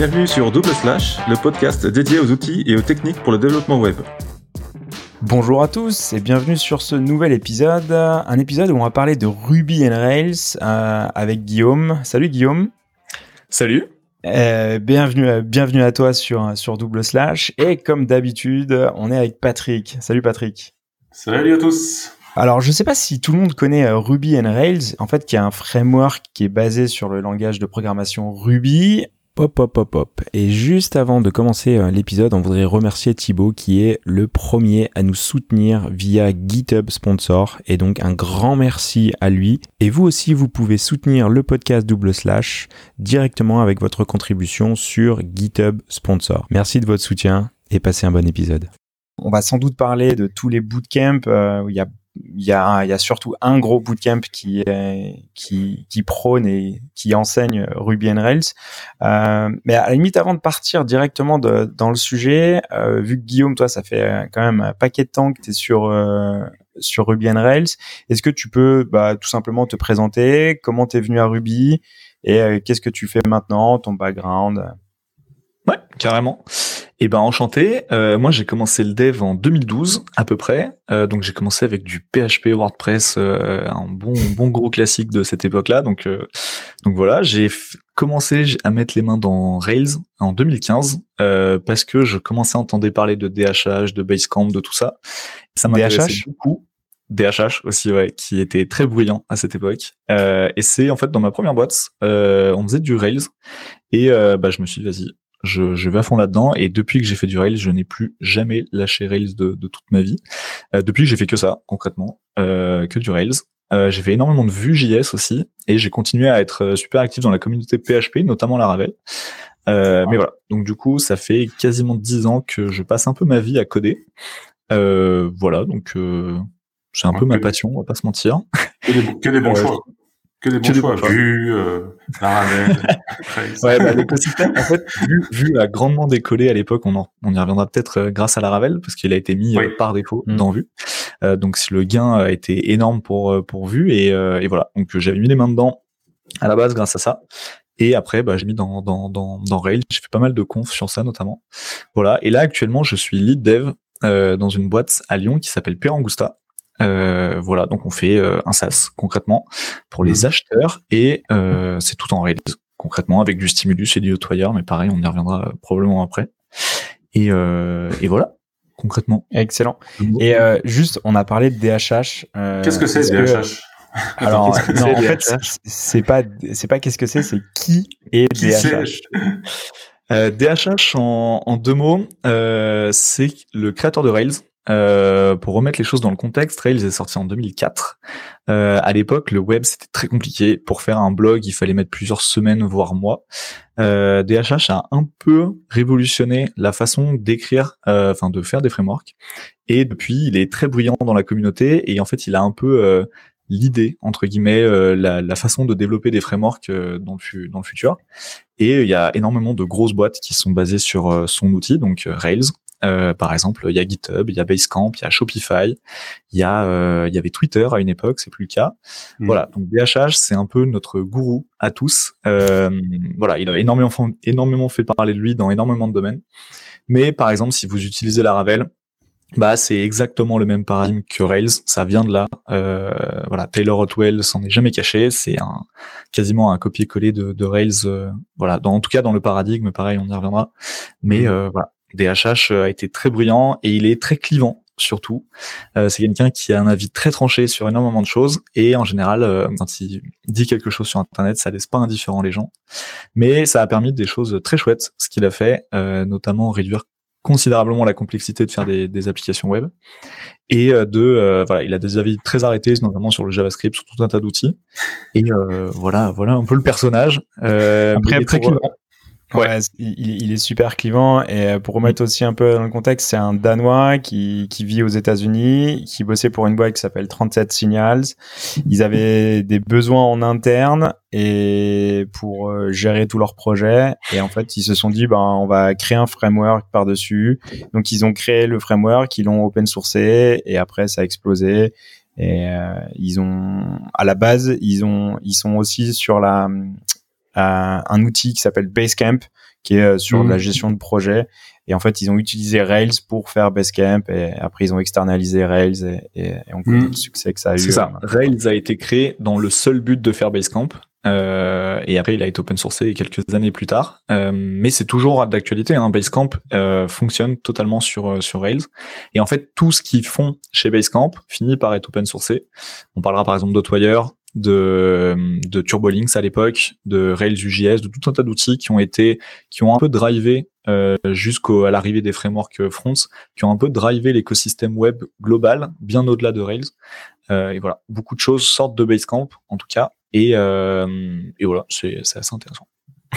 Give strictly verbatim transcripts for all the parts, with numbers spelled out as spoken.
Bienvenue sur Double Slash, le podcast dédié aux outils et aux techniques pour le développement web. Bonjour à tous et bienvenue sur ce nouvel épisode, un épisode où on va parler de Ruby on Rails euh, avec Guillaume. Salut Guillaume. Salut. Euh, bienvenue, bienvenue à toi sur, sur Double Slash et comme d'habitude, on est avec Patrick. Salut Patrick. Salut à tous. Alors, je ne sais pas si tout le monde connaît euh, Ruby on Rails, en fait, qui est un framework qui est basé sur le langage de programmation Ruby. Pop, pop, pop, pop. Et juste avant de commencer euh, l'épisode, on voudrait remercier Thibaut qui est le premier à nous soutenir via GitHub Sponsor. Et donc, un grand merci à lui. Et vous aussi, vous pouvez soutenir le podcast Double Slash directement avec votre contribution sur GitHub Sponsor. Merci de votre soutien et passez un bon épisode. On va sans doute parler de tous les bootcamps euh, où il y a Il y a, il y a surtout un gros bootcamp qui, est, qui, qui prône et qui enseigne Ruby on Rails. Euh, mais à la limite, avant de partir directement de, dans le sujet, euh, vu que Guillaume, toi, ça fait quand même un paquet de temps que tu es sur, euh, sur Ruby on Rails, est-ce que tu peux bah, tout simplement te présenter, comment tu es venu à Ruby et euh, qu'est-ce que tu fais maintenant, ton background? Ouais, carrément. Et ben enchanté. Euh, moi, j'ai commencé le dev en deux mille douze à peu près. Euh, donc j'ai commencé avec du P H P WordPress, euh, un bon bon gros classique de cette époque-là. Donc euh, donc voilà, j'ai f- commencé à mettre les mains dans Rails en deux mille quinze euh, parce que je commençais à entendre parler de D H H, de Basecamp, de tout ça. Ça m'intéressait D H H beaucoup. D H H aussi, ouais, qui était très bruyant à cette époque. Euh, et c'est en fait dans ma première boîte, euh, on faisait du Rails et euh, bah je me suis dit vas-y. Je, je vais à fond là-dedans et depuis que j'ai fait du Rails, je n'ai plus jamais lâché Rails de, de toute ma vie. Euh, depuis que j'ai fait que ça, concrètement, euh, que du Rails. Euh, j'ai fait énormément de Vue.js aussi et j'ai continué à être super actif dans la communauté P H P, notamment Laravel. Euh, mais voilà, donc du coup, ça fait quasiment dix ans que je passe un peu ma vie à coder. Euh, voilà, donc euh, c'est un Ouais, peu ma que- passion, on va pas se mentir. Que des, que des bons Ouais. choix. Que des bons Que des choix. bons choix. Vue, euh, Laravel, Rails. Ouais, bah, l'écosystème, en fait, vu, vu a grandement décollé à l'époque, on, en, on y reviendra peut-être euh, grâce à Laravel, parce qu'il a été mis Oui. euh, par défaut Mm. dans Vue. Euh, donc le gain a été énorme pour euh, pour Vue et, euh, et voilà. Donc j'avais mis les mains dedans à la base grâce à ça. Et après, bah, j'ai mis dans dans dans dans Rails. J'ai fait pas mal de confs sur ça notamment. Voilà. Et là actuellement, je suis lead dev euh, dans une boîte à Lyon qui s'appelle Perangusta. Euh, voilà, donc on fait euh, un SaaS concrètement pour les Mhm. acheteurs et euh, c'est tout en Rails concrètement avec du stimulus et du hotwire, mais pareil, on y reviendra euh, probablement après. Et, euh, et voilà, concrètement. Excellent. Et euh, juste, on a parlé de D H H. Euh, Qu'est-ce que c'est, est-ce D que- H H? Alors, Qu'est-ce que non, c'est, en fait, D H H? c'est- c'est pas, c'est pas qu'est-ce que c'est, c'est qui est Qui D H c'est? H. Euh, D H H en, en deux mots, euh, c'est le créateur de Rails. Euh, pour remettre les choses dans le contexte, Rails est sorti en deux mille quatre. Euh, à l'époque, le web c'était très compliqué. Pour faire un blog, il fallait mettre plusieurs semaines voire mois. Euh, D H H a un peu révolutionné la façon d'écrire, euh, enfin de faire des frameworks. Et depuis, il est très bruyant dans la communauté et en fait, il a un peu euh, l'idée entre guillemets, euh, la, la façon de développer des frameworks euh, dans, le, fu- dans le futur. Et il y a énormément de grosses boîtes qui sont basées sur euh, son outil, donc euh, Rails. Euh, par exemple, il y a GitHub, il y a Basecamp, il y a Shopify, il y a, euh, il y avait Twitter à une époque, c'est plus le cas. Mm. Voilà, donc D H H, c'est un peu notre gourou à tous. Euh, voilà, il a énormément, énormément fait parler de lui dans énormément de domaines. Mais par exemple, si vous utilisez Laravel, bah c'est exactement le même paradigme que Rails, ça vient de là. Euh, voilà, Taylor Otwell s'en est jamais caché, c'est un quasiment un copier-coller de, de Rails. Euh, voilà, dans, en tout cas dans le paradigme, pareil, on y reviendra. Mais Mhm. euh, voilà, D H H a été très brillant et il est très clivant surtout. Euh, c'est quelqu'un qui a un avis très tranché sur énormément de choses et en général, euh, quand il dit quelque chose sur Internet, ça laisse pas indifférent les gens. Mais ça a permis des choses très chouettes, ce qu'il a fait, euh, notamment réduire considérablement la complexité de faire des, des applications web et euh, de euh, voilà, il a des avis très arrêtés notamment sur le JavaScript, sur tout un tas d'outils et euh, voilà voilà un peu le personnage. Euh, Après, mais il est très pour- clivant. Ouais, Ouais. il, il est super clivant et pour remettre aussi un peu dans le contexte, c'est un Danois qui, qui vit aux États-Unis, qui bossait pour une boîte qui s'appelle trente-sept Signals. Ils avaient des besoins en interne et pour euh, gérer tous leurs projets et en fait, ils se sont dit ben on va créer un framework par-dessus. Donc ils ont créé le framework, ils l'ont open sourcé et après ça a explosé. Et euh, ils ont à la base, ils ont ils sont aussi sur la euh, un outil qui s'appelle Basecamp, qui est euh, sur Mmh. la gestion de projet. Et en fait, ils ont utilisé Rails pour faire Basecamp et après, ils ont externalisé Rails et, et, et on connaît Mmh. le succès que ça a eu. C'est ça. euh, Rails a été créé dans le seul but de faire Basecamp. Euh, et après, il a été open sourcé quelques années plus tard. Euh, mais c'est toujours d'actualité. Hein. Basecamp euh, fonctionne totalement sur sur Rails. Et en fait, tout ce qu'ils font chez Basecamp finit par être open sourcé. On parlera par exemple d'Hotwire, de de TurboLinks à l'époque, de Rails U J S, de tout un tas d'outils qui ont été qui ont un peu drivé euh, jusqu'à l'arrivée des frameworks front, qui ont un peu drivé l'écosystème web global, bien au-delà de Rails. Euh, et voilà, beaucoup de choses sortent de Basecamp, en tout cas. Et, euh, et voilà, c'est, c'est assez intéressant.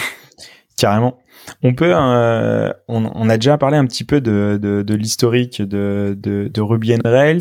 Carrément. On peut, euh, on, on a déjà parlé un petit peu de, de, de l'historique de, de, de Ruby on Rails.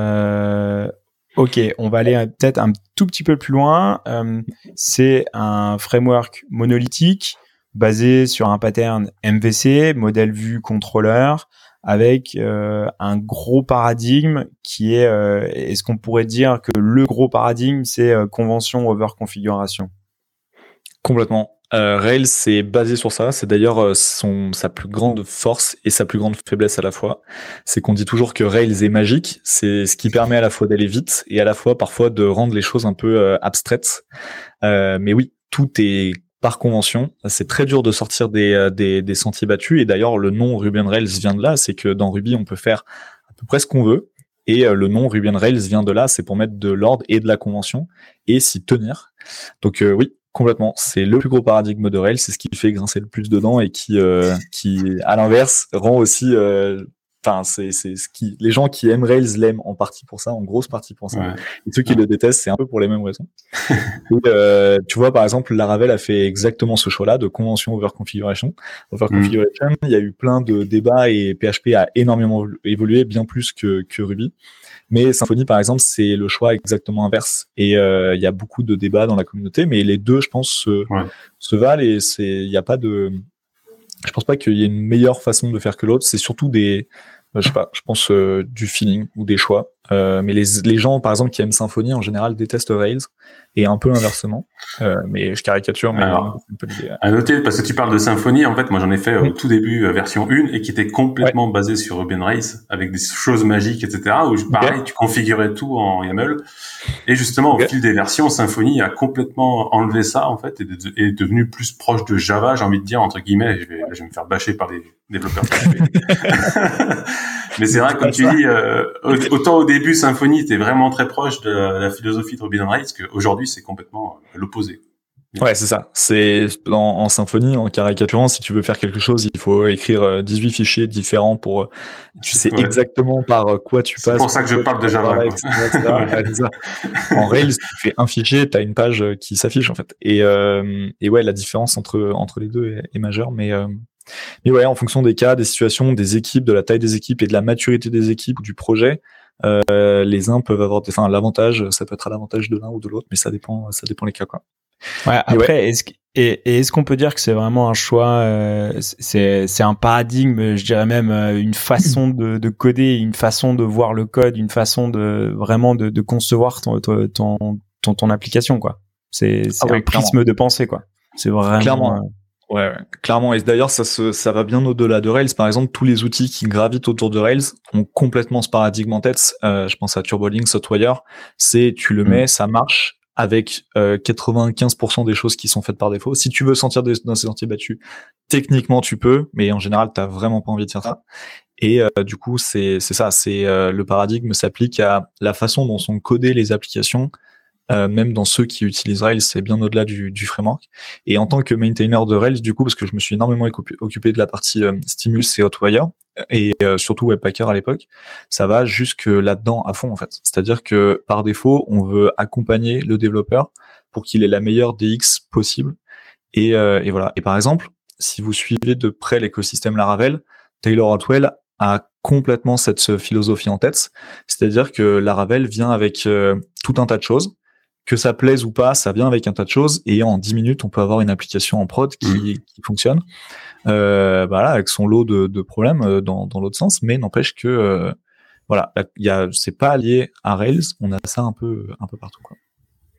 Euh, ok, on va aller peut-être un tout petit peu plus loin. Euh, c'est un framework monolithique basé sur un pattern M V C, modèle vue contrôleur, avec euh, un gros paradigme qui est, euh, est-ce qu'on pourrait dire que le gros paradigme, c'est euh, convention over configuration? Complètement. Euh, Rails, c'est basé sur ça. C'est d'ailleurs euh, son sa plus grande force et sa plus grande faiblesse à la fois. C'est qu'on dit toujours que Rails est magique. C'est ce qui permet à la fois d'aller vite et à la fois parfois de rendre les choses un peu euh, abstraites. Euh, mais oui, tout est par convention. C'est très dur de sortir des, euh, des, des sentiers battus. Et d'ailleurs, le nom Ruby on Rails vient de là. C'est que dans Ruby, on peut faire à peu près ce qu'on veut. Et euh, le nom Ruby on Rails vient de là. C'est pour mettre de l'ordre et de la convention et s'y tenir. Donc euh, oui, complètement. C'est le plus gros paradigme de Rails. C'est ce qui fait grincer le plus dedans et qui, euh, qui à l'inverse, rend aussi... Euh, Enfin, c'est, c'est ce qui, les gens qui aiment Rails l'aiment en partie pour ça, en grosse partie pour ça. Ouais. Et ceux qui le détestent, c'est un peu pour les mêmes raisons. Et, euh, tu vois, par exemple, Laravel a fait exactement ce choix-là de convention over configuration. Over configuration, mm. il y a eu plein de débats et P H P a énormément évolué, bien plus que, que Ruby. Mais Symfony, par exemple, c'est le choix exactement inverse. Et euh, il y a beaucoup de débats dans la communauté, mais les deux, je pense, se, ouais. se valent et c'est, il n'y a pas de, je pense pas qu'il y ait une meilleure façon de faire que l'autre. C'est surtout des, je sais pas, je pense euh, du feeling ou des choix. Euh, mais les, les gens, par exemple, qui aiment Symfony, en général, détestent Rails et un peu inversement. Euh, mais je caricature, mais alors, c'est un peu l'idée. À noter, parce que tu parles de Symfony, en fait, moi j'en ai fait au oui. tout début euh, version un et qui était complètement ouais. basée sur Ruby on Rails avec des choses magiques, et cetera. Où pareil, okay. tu configurais tout en YAML. Et justement, okay. au fil des versions, Symfony a complètement enlevé ça, en fait, et de, est devenu plus proche de Java, j'ai envie de dire, entre guillemets. Je vais, je vais me faire bâcher par les développeurs. Mais c'est vrai, comme tu dis, euh, autant au début, Symfony était vraiment très proche de la, la philosophie de Ruby on Rails, qu'aujourd'hui, c'est complètement l'opposé. Ouais, c'est ça. C'est en, en Symfony, en caricaturant, si tu veux faire quelque chose, il faut écrire dix-huit fichiers différents pour. Tu sais ouais. exactement par quoi tu c'est passes. C'est pour ça que je parle de Java. Avec, et cetera, ouais. ouais, ça. En Rails, tu fais un fichier, t'as une page qui s'affiche en fait. Et, euh, et ouais, la différence entre entre les deux est, est majeure, mais. Euh, Mais ouais, en fonction des cas, des situations, des équipes, de la taille des équipes et de la maturité des équipes ou du projet, euh, les uns peuvent avoir, des, enfin, l'avantage, ça peut être à l'avantage de l'un ou de l'autre, mais ça dépend, ça dépend les cas, quoi. Ouais. Après, ouais. est-ce et, et est-ce qu'on peut dire que c'est vraiment un choix, euh, c'est c'est un paradigme, je dirais même euh, une façon de, de coder, une façon de voir le code, une façon de vraiment de, de concevoir ton ton ton ton application, quoi. C'est c'est ah ouais, un prisme clairement. de pensée, quoi. C'est vraiment. Clairement. Euh, Ouais, ouais, clairement. Et d'ailleurs, ça se, ça va bien au-delà de Rails. Par exemple, tous les outils qui gravitent autour de Rails ont complètement ce paradigme en tête. Euh, je pense à TurboLinks, Hotwire. C'est, tu le mets, mmh. ça marche avec euh, quatre-vingt-quinze pour cent des choses qui sont faites par défaut. Si tu veux sortir des, dans ces sentiers battus, techniquement tu peux, mais en général, t'as vraiment pas envie de faire ça. Et euh, du coup, c'est, c'est ça. C'est euh, le paradigme s'applique à la façon dont sont codées les applications. Euh, même dans ceux qui utilisent Rails, c'est bien au-delà du, du framework. Et en tant que maintainer de Rails, du coup, parce que je me suis énormément occupé, occupé de la partie euh, Stimulus et Hotwire, et euh, surtout Webpacker à l'époque, ça va jusque là-dedans à fond, en fait. C'est-à-dire que, par défaut, on veut accompagner le développeur pour qu'il ait la meilleure D X possible. Et, euh, et voilà. Et par exemple, si vous suivez de près l'écosystème Laravel, Taylor Otwell a complètement cette philosophie en tête. C'est-à-dire que Laravel vient avec euh, tout un tas de choses. Que ça plaise ou pas, ça vient avec un tas de choses, et en dix minutes, on peut avoir une application en prod qui, mmh. qui fonctionne, euh, voilà, avec son lot de, de problèmes dans, dans l'autre sens, mais n'empêche que, euh, voilà, il y a, c'est pas lié à Rails, on a ça un peu, un peu partout, quoi.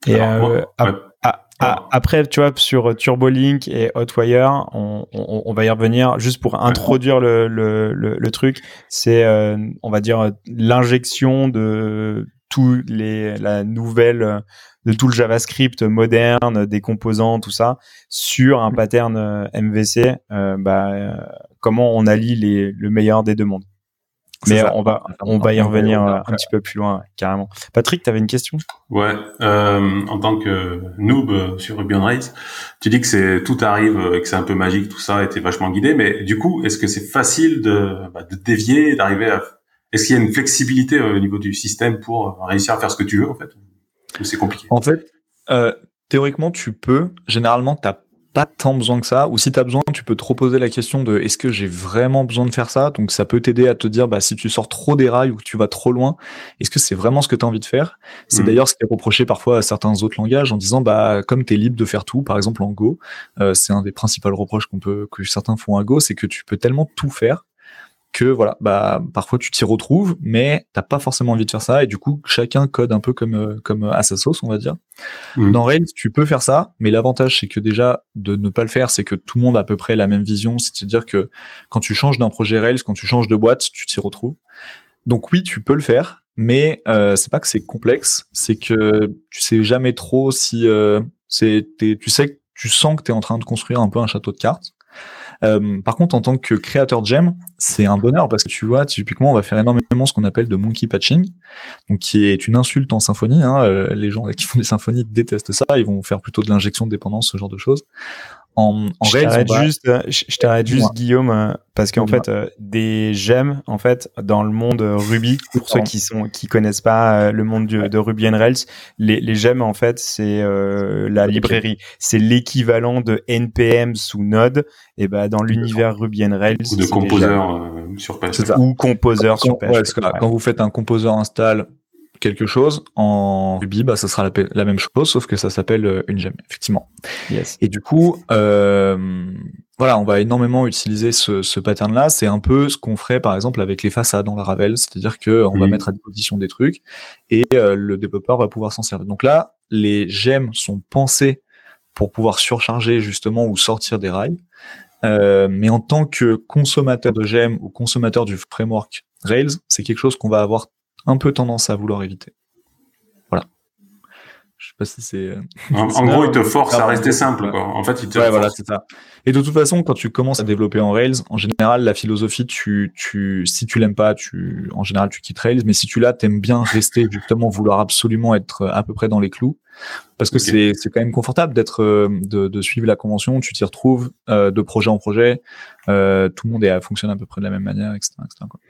Et Alors, euh, moi, ap- ouais. a- a- après, tu vois, sur TurboLink et Hotwire, on, on, on va y revenir juste pour introduire le, le, le, le truc. C'est, euh, on va dire, l'injection de tout les, la nouvelle, de tout le JavaScript moderne, des composants, tout ça, sur un pattern euh, M V C. Euh, bah, euh, comment on allie les, le meilleur des deux mondes. C'est Mais ça. on va, on va y revenir euh, un petit peu plus loin, ouais, carrément. Patrick, tu avais une question? Ouais, euh, en tant que noob euh, sur Ruby on Rails, tu dis que c'est tout arrive, euh, que c'est un peu magique, tout ça, et t'es vachement guidé. Mais du coup, est-ce que c'est facile de, bah, de dévier, d'arriver à... Est-ce qu'il y a une flexibilité euh, au niveau du système pour réussir à faire ce que tu veux, en fait? Ou c'est compliqué? En fait, euh, théoriquement, tu peux. Généralement, t'as pas tant besoin que ça. Ou si t'as besoin, tu peux te reposer la question de est-ce que j'ai vraiment besoin de faire ça? Donc, ça peut t'aider à te dire, bah, si tu sors trop des rails ou que tu vas trop loin, est-ce que c'est vraiment ce que tu as envie de faire? C'est mmh. d'ailleurs ce qui est reproché parfois à certains autres langages en disant, bah, comme tu es libre de faire tout, par exemple en Go, euh, c'est un des principaux reproches qu'on peut, que certains font à Go, c'est que tu peux tellement tout faire que voilà, bah parfois tu t'y retrouves, mais t'as pas forcément envie de faire ça, et du coup chacun code un peu comme euh, comme à sa sauce, on va dire. Mmh. Dans Rails, tu peux faire ça, mais l'avantage c'est que déjà de ne pas le faire, c'est que tout le monde a à peu près la même vision, c'est-à-dire que quand tu changes d'un projet Rails, quand tu changes de boîte, tu t'y retrouves. Donc oui, tu peux le faire, mais euh, c'est pas que c'est complexe, c'est que tu sais jamais trop si euh, c'est tu sais tu sens que t'es en train de construire un peu un château de cartes. Euh, par contre, en tant que créateur de gem, c'est un bonheur parce que tu vois, typiquement, on va faire énormément ce qu'on appelle de monkey patching, donc qui est une insulte en symphonie. Hein, euh, les gens qui font des symphonies détestent ça, ils vont faire plutôt de l'injection de dépendance, ce genre de choses. En, en je Rails, t'arrête va... juste, je, je t'arrête juste, Guillaume, parce qu'en fait, euh, des gemmes, en fait, dans le monde Ruby, pour ceux qui sont qui connaissent pas euh, le monde du, de Ruby on Rails, les, les gemmes, en fait, c'est euh, la librairie, c'est l'équivalent de N P M sous Node, et ben dans l'univers Ruby on Rails, ou de Composer euh, sur P H P, ou Composer quand, sur P H P. Ouais, que, ouais. Quand vous faites un Composer install quelque chose en Ruby, bah ça sera la, la même chose, sauf que ça s'appelle une gemme, effectivement. Yes. Et du coup, euh, voilà, on va énormément utiliser ce, ce pattern-là. C'est un peu ce qu'on ferait, par exemple, avec les façades dans Laravel, c'est-à-dire que on mmh. va mettre à disposition des trucs et euh, le développeur va pouvoir s'en servir. Donc là, les gemmes sont pensées pour pouvoir surcharger justement ou sortir des rails. Euh, mais en tant que consommateur de gemmes ou consommateur du framework Rails, c'est quelque chose qu'on va avoir un peu tendance à vouloir éviter. Voilà. Je sais pas si c'est... En, en gros, il te force à rester simple, quoi. En fait, il te ouais, force. voilà, c'est ça. Et de toute façon, quand tu commences à développer en Rails, en général, la philosophie, tu, tu, si tu l'aimes pas, tu, en général, tu quittes Rails, mais si tu l'as, t'aimes bien rester, justement, vouloir absolument être à peu près dans les clous. Parce que okay. c'est, c'est quand même confortable d'être, de, de suivre la convention, tu t'y retrouves, euh, de projet en projet, euh, tout le monde est, fonctionne à peu près de la même manière, et cetera, et cetera, quoi.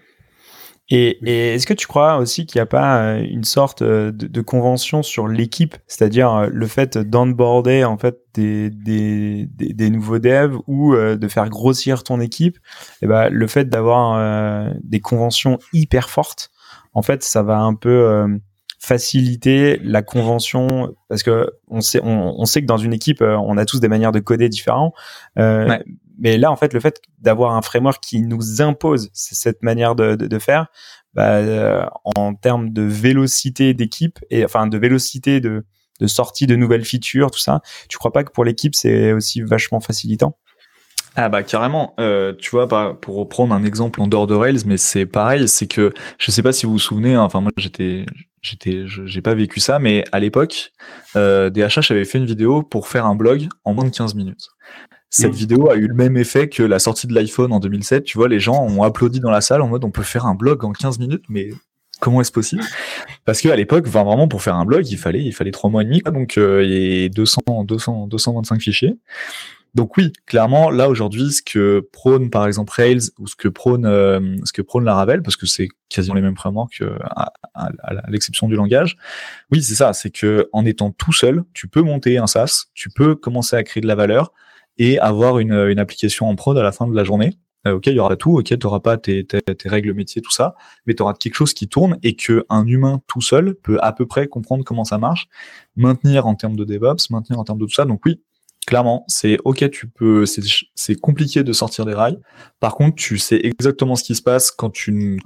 Et, et est-ce que tu crois aussi qu'il n'y a pas une sorte de, de convention sur l'équipe, c'est-à-dire le fait d'onboarder en fait des, des, des, des nouveaux devs ou euh, de faire grossir ton équipe, et ben le fait d'avoir euh, des conventions hyper fortes, en fait, ça va un peu euh, faciliter la convention parce que on sait, on, on sait que dans une équipe, on a tous des manières de coder différentes. Euh, ouais. Mais là, en fait, le fait d'avoir un framework qui nous impose cette manière de, de, de faire, bah, euh, en termes de vélocité d'équipe et enfin de vélocité de, de sortie de nouvelles features, tout ça, tu crois pas que pour l'équipe c'est aussi vachement facilitant? Ah bah carrément. Euh, tu vois, pour reprendre un exemple en dehors de Rails, mais c'est pareil, c'est que je sais pas si vous vous souvenez. Hein, enfin moi j'étais, j'étais, j'ai pas vécu ça, mais à l'époque, euh, D H H avait fait une vidéo pour faire un blog en moins de quinze minutes. Cette mmh. vidéo a eu le même effet que la sortie de l'iPhone en deux mille sept. Tu vois, les gens ont applaudi dans la salle en mode on peut faire un blog en quinze minutes, mais comment est-ce possible? Parce qu'à l'époque, enfin, vraiment pour faire un blog, il fallait il fallait trois mois et demi, quoi, donc euh, et deux cents, deux cents, deux cent vingt-cinq fichiers. Donc oui, clairement, là aujourd'hui, ce que prône par exemple Rails ou ce que prône euh, ce que prône Laravel, parce que c'est quasiment les mêmes frameworks euh, à, à, à l'exception du langage. Oui, c'est ça, c'est que en étant tout seul, tu peux monter un SaaS, tu peux commencer à créer de la valeur et avoir une, une application en prod à la fin de la journée. Euh, ok, il y aura tout, ok, tu n'auras pas tes, tes, tes règles métiers, tout ça, mais tu auras quelque chose qui tourne et qu'un humain tout seul peut à peu près comprendre comment ça marche, maintenir en termes de DevOps, maintenir en termes de tout ça. Donc oui, clairement, c'est ok, tu peux, c'est, c'est compliqué de sortir des rails. Par contre, tu sais exactement ce qui se passe quand tu, quand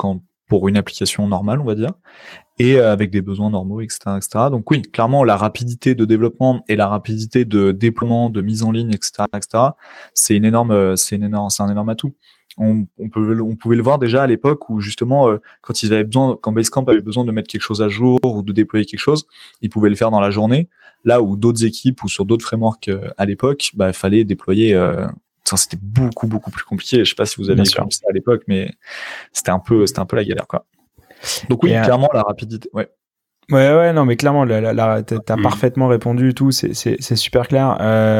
pour une application normale, on va dire, et euh, avec des besoins normaux, et cetera, et cetera. Donc oui, clairement, la rapidité de développement et la rapidité de déploiement, de mise en ligne, et cetera, et cetera, c'est une énorme, c'est une énorme, c'est un énorme atout. On, on, peut, on pouvait le voir déjà à l'époque où justement, euh, quand ils avaient besoin, quand Basecamp avait besoin de mettre quelque chose à jour ou de déployer quelque chose, ils pouvaient le faire dans la journée. Là où d'autres équipes ou sur d'autres frameworks euh, à l'époque, bah, il fallait déployer. Euh, ça, c'était beaucoup beaucoup plus compliqué. Je sais pas si vous avez vu ça à l'époque, mais c'était un peu, c'était un peu la galère, quoi. Donc oui, et clairement euh... la rapidité. Ouais. Ouais, ouais, non, mais clairement, la, la, la, t'as mmh. parfaitement répondu, tout, c'est, c'est, c'est super clair.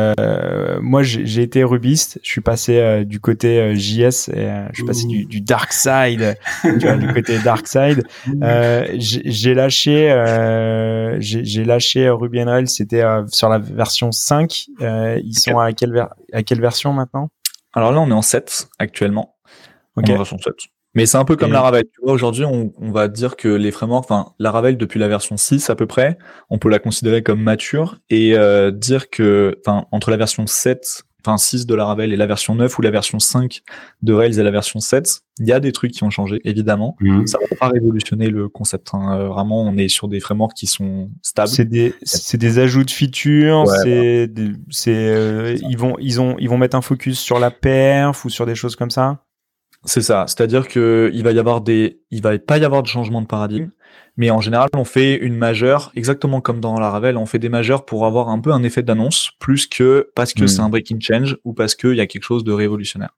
Euh, moi, j'ai, j'ai été rubiste, je suis passé euh, du côté euh, J S, et, euh, je suis passé du, du dark side, tu vois, du côté dark side. Euh, j'ai, j'ai lâché, euh, j'ai, j'ai lâché Ruby on Rails, c'était euh, sur la version cinq. Euh, ils sont à quelle ver- à quelle version maintenant ? Alors là, on est en sept actuellement. Ok. On est en version sept. Mais c'est un peu comme et... Laravel. Tu vois, aujourd'hui, on, on va dire que les frameworks, enfin, Laravel depuis la version six à peu près, on peut la considérer comme mature et euh, dire que, enfin, entre la version sept, enfin six de Laravel et la version neuf ou la version cinq de Rails et la version sept, il y a des trucs qui ont changé, évidemment. Mmh. Ça va pas révolutionner le concept. Hein. Euh, vraiment, on est sur des frameworks qui sont stables. C'est des, c'est des ajouts de features. Ouais, c'est, ouais. des, c'est, euh, ils vont, ils ont, ils vont mettre un focus sur la perf ou sur des choses comme ça. C'est ça, c'est-à-dire que il va y avoir des, il va pas y avoir de changement de paradigme, mais en général on fait une majeure, exactement comme dans Laravel, on fait des majeures pour avoir un peu un effet d'annonce, plus que parce que mmh. c'est un breaking change ou parce qu'il y a quelque chose de révolutionnaire.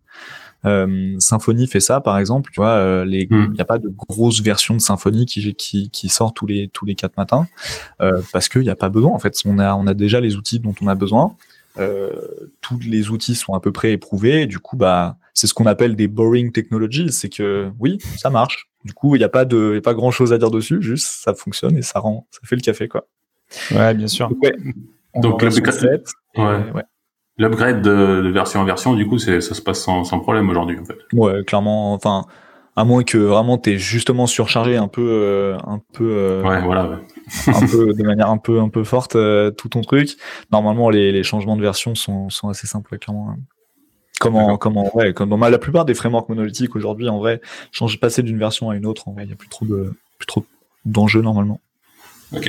Euh, Symfony fait ça par exemple, tu vois, euh, les, il mmh. y a pas de grosse version de Symfony qui qui qui sort tous les tous les quatre matins, euh, parce qu'il y a pas besoin en fait, on a on a déjà les outils dont on a besoin. Euh, tous les outils sont à peu près éprouvés, et du coup, bah, c'est ce qu'on appelle des boring technologies, c'est que oui, ça marche. Du coup, il n'y a pas de, y a pas grand chose à dire dessus, juste ça fonctionne et ça rend, ça fait le café, quoi. Ouais, bien sûr. Donc, ouais, Donc l'upgrade, ouais. ouais. l'upgrade de, de version en version, du coup, c'est, ça se passe sans, sans problème aujourd'hui, en fait. Ouais, clairement. Enfin, à moins que vraiment t'es justement surchargé un peu, euh, un peu. Euh, ouais, voilà. Ouais. un peu de manière un peu un peu forte euh, tout ton truc. Normalement les, les changements de version sont sont assez simples, clairement. Comment comment ouais comme dans la plupart des frameworks monolithiques aujourd'hui, en vrai, changer passer d'une version à une autre, en vrai, il y a plus trop de plus trop d'enjeux normalement. Ok.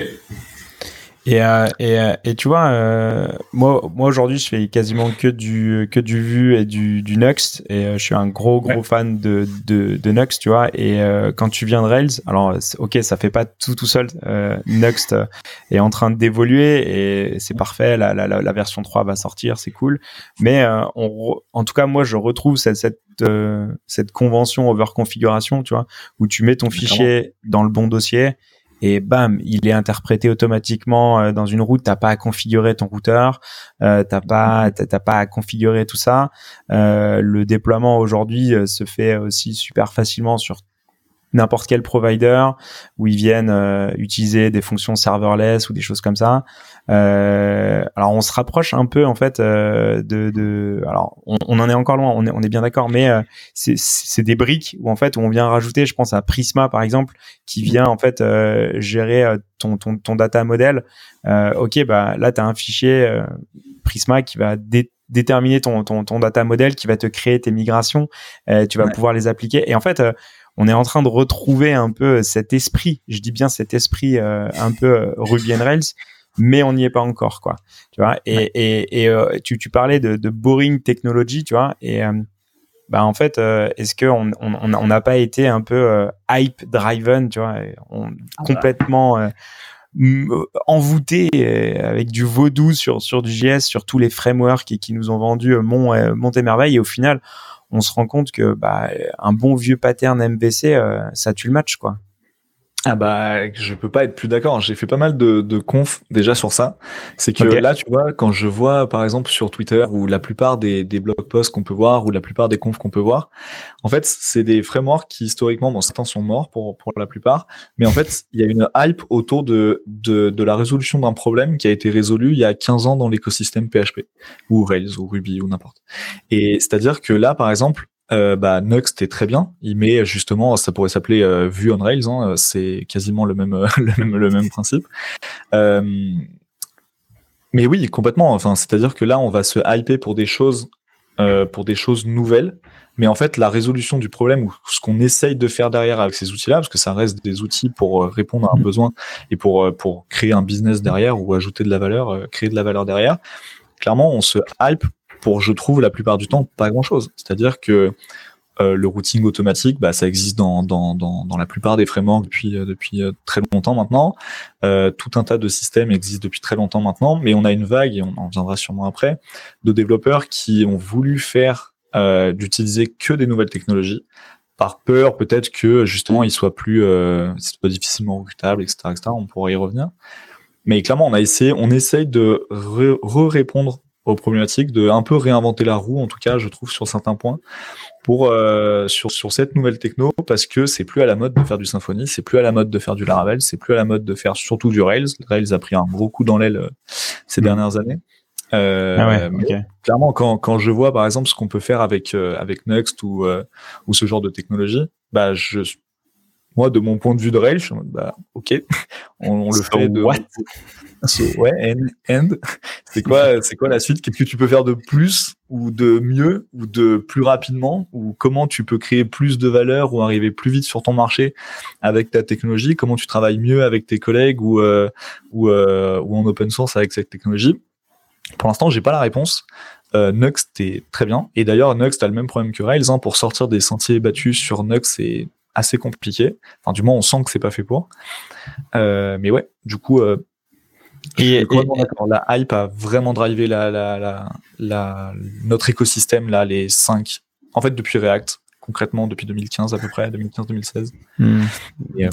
Et, euh, et, euh, et tu vois, euh, moi, moi aujourd'hui, je fais quasiment que du que du Vue et du, du Nuxt, et euh, je suis un gros gros ouais. fan de, de de Nuxt, tu vois. Et euh, quand tu viens de Rails, alors ok, ça fait pas tout tout seul. Euh, Nuxt est en train d'évoluer et c'est parfait. La, la la version trois va sortir, c'est cool. Mais euh, on, en tout cas, moi, je retrouve cette cette euh, cette convention over configuration, tu vois, où tu mets ton fichier dans le bon dossier. Et bam, il est interprété automatiquement euh, dans une route. T'as pas à configurer ton routeur, euh, t'as pas, t'as, t'as pas à configurer tout ça. Euh, le déploiement aujourd'hui euh, se fait aussi super facilement sur n'importe quel provider où ils viennent euh, utiliser des fonctions serverless ou des choses comme ça. Euh, alors on se rapproche un peu en fait euh, de, de. Alors on, on en est encore loin, on est, on est bien d'accord, mais euh, c'est, c'est des briques où en fait où on vient rajouter, je pense à Prisma par exemple, qui vient en fait euh, gérer euh, ton, ton ton data model. Euh, ok, bah là t'as un fichier euh, Prisma qui va dé- déterminer ton ton ton data model, qui va te créer tes migrations. Euh, tu vas ouais. pouvoir les appliquer et en fait. Euh, on est en train de retrouver un peu cet esprit, je dis bien cet esprit euh, un peu euh, Ruby on Rails, mais on n'y est pas encore, quoi. Tu vois. Et ouais. et, et euh, tu tu parlais de, de boring technology, tu vois. Et euh, bah en fait, euh, est-ce que on on on n'a pas été un peu euh, hype driven, tu vois, on, ah, complètement euh, envoûté euh, avec du vaudou sur sur du J S, sur tous les frameworks qui, qui nous ont vendu euh, mont euh, mont et merveille, et au final on se rend compte que bah un bon vieux pattern M V C, euh, ça tue le match, quoi. Ah bah, je peux pas être plus d'accord. J'ai fait pas mal de, de confs déjà sur ça. C'est que okay. là, tu vois, quand je vois, par exemple, sur Twitter, ou la plupart des, des blog posts qu'on peut voir, ou la plupart des confs qu'on peut voir, en fait, c'est des frameworks qui, historiquement, bon, certains sont morts pour, pour la plupart, mais en fait, il y a une hype autour de, de, de la résolution d'un problème qui a été résolu il y a quinze ans dans l'écosystème P H P, ou Rails, ou Ruby, ou n'importe. Et c'est-à-dire que là, par exemple, Euh, bah Nuxt est très bien, il met justement, ça pourrait s'appeler euh, Vue on Rails, hein, c'est quasiment le même le même le même principe. Euh, mais oui, complètement. Enfin, c'est-à-dire que là, on va se hyper pour des choses euh, pour des choses nouvelles. Mais en fait, la résolution du problème ou ce qu'on essaye de faire derrière avec ces outils-là, parce que ça reste des outils pour répondre à un besoin et pour pour créer un business derrière ou ajouter de la valeur, créer de la valeur derrière. Clairement, on se hype pour, je trouve, la plupart du temps, pas grand-chose. C'est-à-dire que euh, le routing automatique, bah, ça existe dans dans dans, dans la plupart des frameworks depuis euh, depuis euh, très longtemps maintenant. Euh, tout un tas de systèmes existent depuis très longtemps maintenant, mais on a une vague et on en reviendra sûrement après de développeurs qui ont voulu faire Euh, d'utiliser que des nouvelles technologies par peur peut-être que justement ils soient plus euh, soit difficilement recrutables, etc., etc. On pourra y revenir, mais clairement on a essayé on essaye de re- re-répondre aux problématiques, de un peu réinventer la roue, en tout cas je trouve sur certains points pour euh, sur sur cette nouvelle techno, parce que c'est plus à la mode de faire du Symfony, c'est plus à la mode de faire du Laravel, c'est plus à la mode de faire surtout du Rails. Rails a pris un gros coup dans l'aile euh, ces mmh. dernières années. Euh, ah ouais, okay. Clairement, quand quand je vois par exemple ce qu'on peut faire avec euh, avec Nuxt ou euh, ou ce genre de technologie, bah je moi de mon point de vue de Rails, je, bah ok, on, on le so fait de what so, ouais end, end. C'est quoi c'est quoi la suite? Qu'est-ce que tu peux faire de plus ou de mieux ou de plus rapidement, ou comment tu peux créer plus de valeur ou arriver plus vite sur ton marché avec ta technologie? Comment tu travailles mieux avec tes collègues ou euh, ou euh, ou en open source avec cette technologie? Pour l'instant, j'ai pas la réponse. Euh, Nuxt est très bien. Et d'ailleurs, Nuxt a le même problème que Rails. Hein. Pour sortir des sentiers battus sur Nuxt, c'est assez compliqué. Enfin, du moins, on sent que c'est pas fait pour. Euh, mais ouais, du coup, euh, et, et, la hype a vraiment drivé la, la, la, la, notre écosystème, là, les cinq. En fait, depuis React, concrètement, depuis deux mille quinze à peu près, deux mille quinze deux mille seize. Mmh. Euh,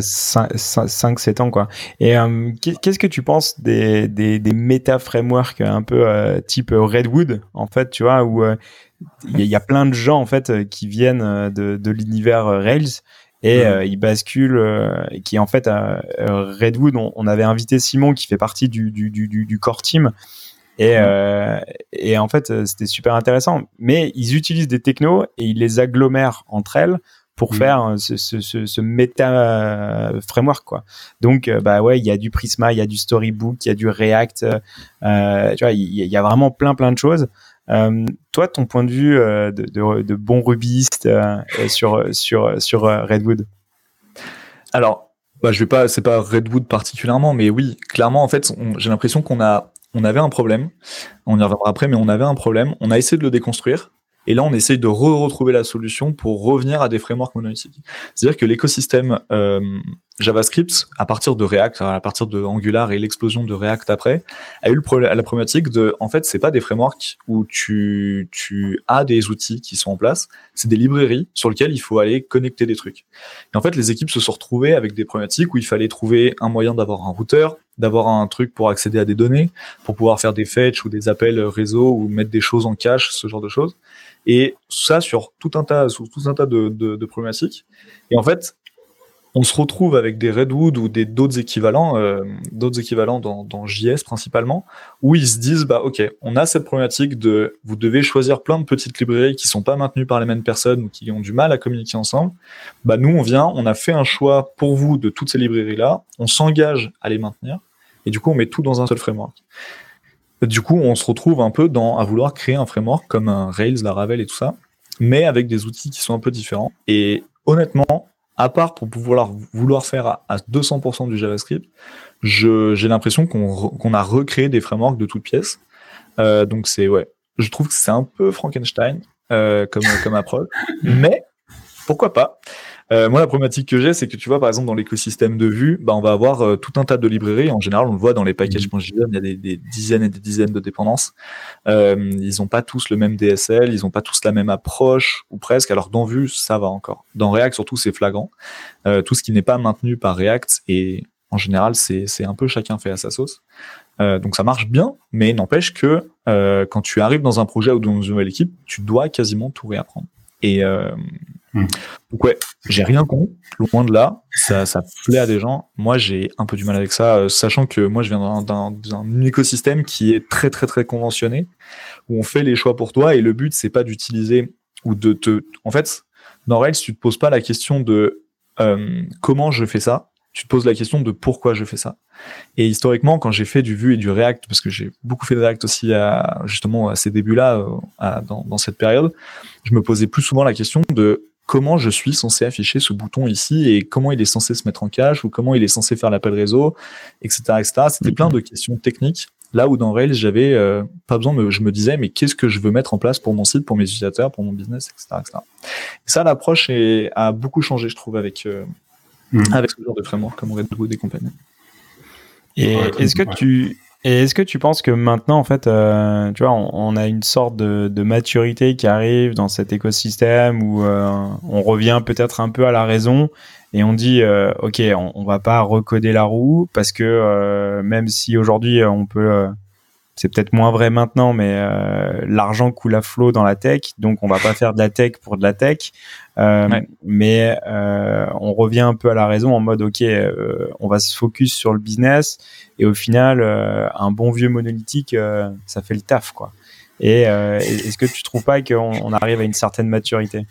cinq sept ans, quoi. Et euh, qu'est-ce que tu penses des, des, des méta-frameworks un peu euh, type Redwood, en fait, tu vois, où il euh, y, y a plein de gens, en fait, qui viennent de, de l'univers Rails et mmh. euh, ils basculent, euh, qui, en fait, euh, Redwood, on, on avait invité Simon, qui fait partie du, du, du, du core team. Et, euh, et en fait, c'était super intéressant. Mais ils utilisent des technos et ils les agglomèrent entre elles pour mmh. faire ce, ce, ce, ce méta framework, quoi. Donc, bah ouais, il y a du Prisma, il y a du Storybook, il y a du React. Euh, tu vois, il y, y a vraiment plein, plein de choses. Euh, toi, ton point de vue euh, de, de, de bon rubyiste euh, sur sur sur Redwood. Alors, bah, je vais pas, c'est pas Redwood particulièrement, mais oui, clairement, en fait, on, j'ai l'impression qu'on a On avait un problème, on y reviendra après, mais on avait un problème, on a essayé de le déconstruire, et là on essaye de re-retrouver la solution pour revenir à des frameworks monolithiques. C'est-à-dire que l'écosystème euh, JavaScript, à partir de React, à partir de Angular et l'explosion de React après, a eu le problème, la problématique de, en fait, c'est pas des frameworks où tu, tu as des outils qui sont en place, c'est des librairies sur lesquelles il faut aller connecter des trucs. Et en fait, les équipes se sont retrouvées avec des problématiques où il fallait trouver un moyen d'avoir un routeur, d'avoir un truc pour accéder à des données, pour pouvoir faire des fetch ou des appels réseau ou mettre des choses en cache, ce genre de choses. Et ça sur tout un tas, sur tout un tas de, de, de problématiques. Et en fait, on se retrouve avec des Redwood ou des d'autres équivalents, euh, d'autres équivalents dans, dans J S principalement, où ils se disent bah ok, on a cette problématique de vous devez choisir plein de petites librairies qui sont pas maintenues par les mêmes personnes ou qui ont du mal à communiquer ensemble. Bah nous on vient, on a fait un choix pour vous de toutes ces librairies là, on s'engage à les maintenir. Et du coup, on met tout dans un seul framework. Du coup, on se retrouve un peu dans, à vouloir créer un framework comme un Rails, Laravel et tout ça, mais avec des outils qui sont un peu différents. Et honnêtement, à part pour pouvoir vouloir faire à, à deux cents pour cent du JavaScript, je, j'ai l'impression qu'on, re, qu'on a recréé des frameworks de toutes pièces. Euh, donc c'est, ouais, je trouve que c'est un peu Frankenstein euh, comme, comme approche, mais pourquoi pas. Euh, moi, la problématique que j'ai, c'est que tu vois, par exemple, dans l'écosystème de Vue, bah, on va avoir euh, tout un tas de librairies. En général, on le voit dans les packages.json, il y a des, des dizaines et des dizaines de dépendances. Euh, ils n'ont pas tous le même D S L, ils n'ont pas tous la même approche, ou presque. Alors, dans Vue, ça va encore. Dans React, surtout, c'est flagrant. Euh, tout ce qui n'est pas maintenu par React, et en général, c'est, c'est un peu chacun fait à sa sauce. Euh, donc, ça marche bien, mais n'empêche que euh, quand tu arrives dans un projet ou dans une nouvelle équipe, tu dois quasiment tout réapprendre. Et euh, Mmh. donc ouais, j'ai rien contre, loin de là, ça, ça plaît à des gens. Moi, j'ai un peu du mal avec ça, euh, sachant que moi, je viens d'un, d'un, d'un écosystème qui est très très très conventionné, où on fait les choix pour toi, et le but, c'est pas d'utiliser ou de te. En fait, dans Rails, tu te poses pas la question de euh, comment je fais ça, tu te poses la question de pourquoi je fais ça. Et historiquement, quand j'ai fait du Vue et du React, parce que j'ai beaucoup fait de React aussi à, justement à ces débuts-là, à, dans, dans cette période, je me posais plus souvent la question de comment je suis censé afficher ce bouton ici et comment il est censé se mettre en cache ou comment il est censé faire l'appel réseau, et cetera, et cetera. C'était plein de questions techniques. Là où dans Rails, j'avais euh, pas besoin de, je me disais, mais qu'est-ce que je veux mettre en place pour mon site, pour mes utilisateurs, pour mon business, et cetera, et cetera. Et ça, l'approche est, a beaucoup changé, je trouve, avec euh, mmh. avec ce genre de framework comme Redwood et compagnie. Et ouais, est-ce que ouais. tu et est-ce que tu penses que maintenant, en fait, euh, tu vois, on, on a une sorte de, de maturité qui arrive dans cet écosystème où euh, on revient peut-être un peu à la raison. Et on dit, euh, ok, on, on va pas recoder la roue parce que euh, même si aujourd'hui on peut, euh, c'est peut-être moins vrai maintenant, mais euh, l'argent coule à flot dans la tech, donc on va pas faire de la tech pour de la tech. Euh, ouais. Mais euh, on revient un peu à la raison en mode, ok, euh, on va se focus sur le business et au final, euh, un bon vieux monolithique, euh, ça fait le taf, quoi. Et euh, est-ce que tu trouves pas qu'on on arrive à une certaine maturité?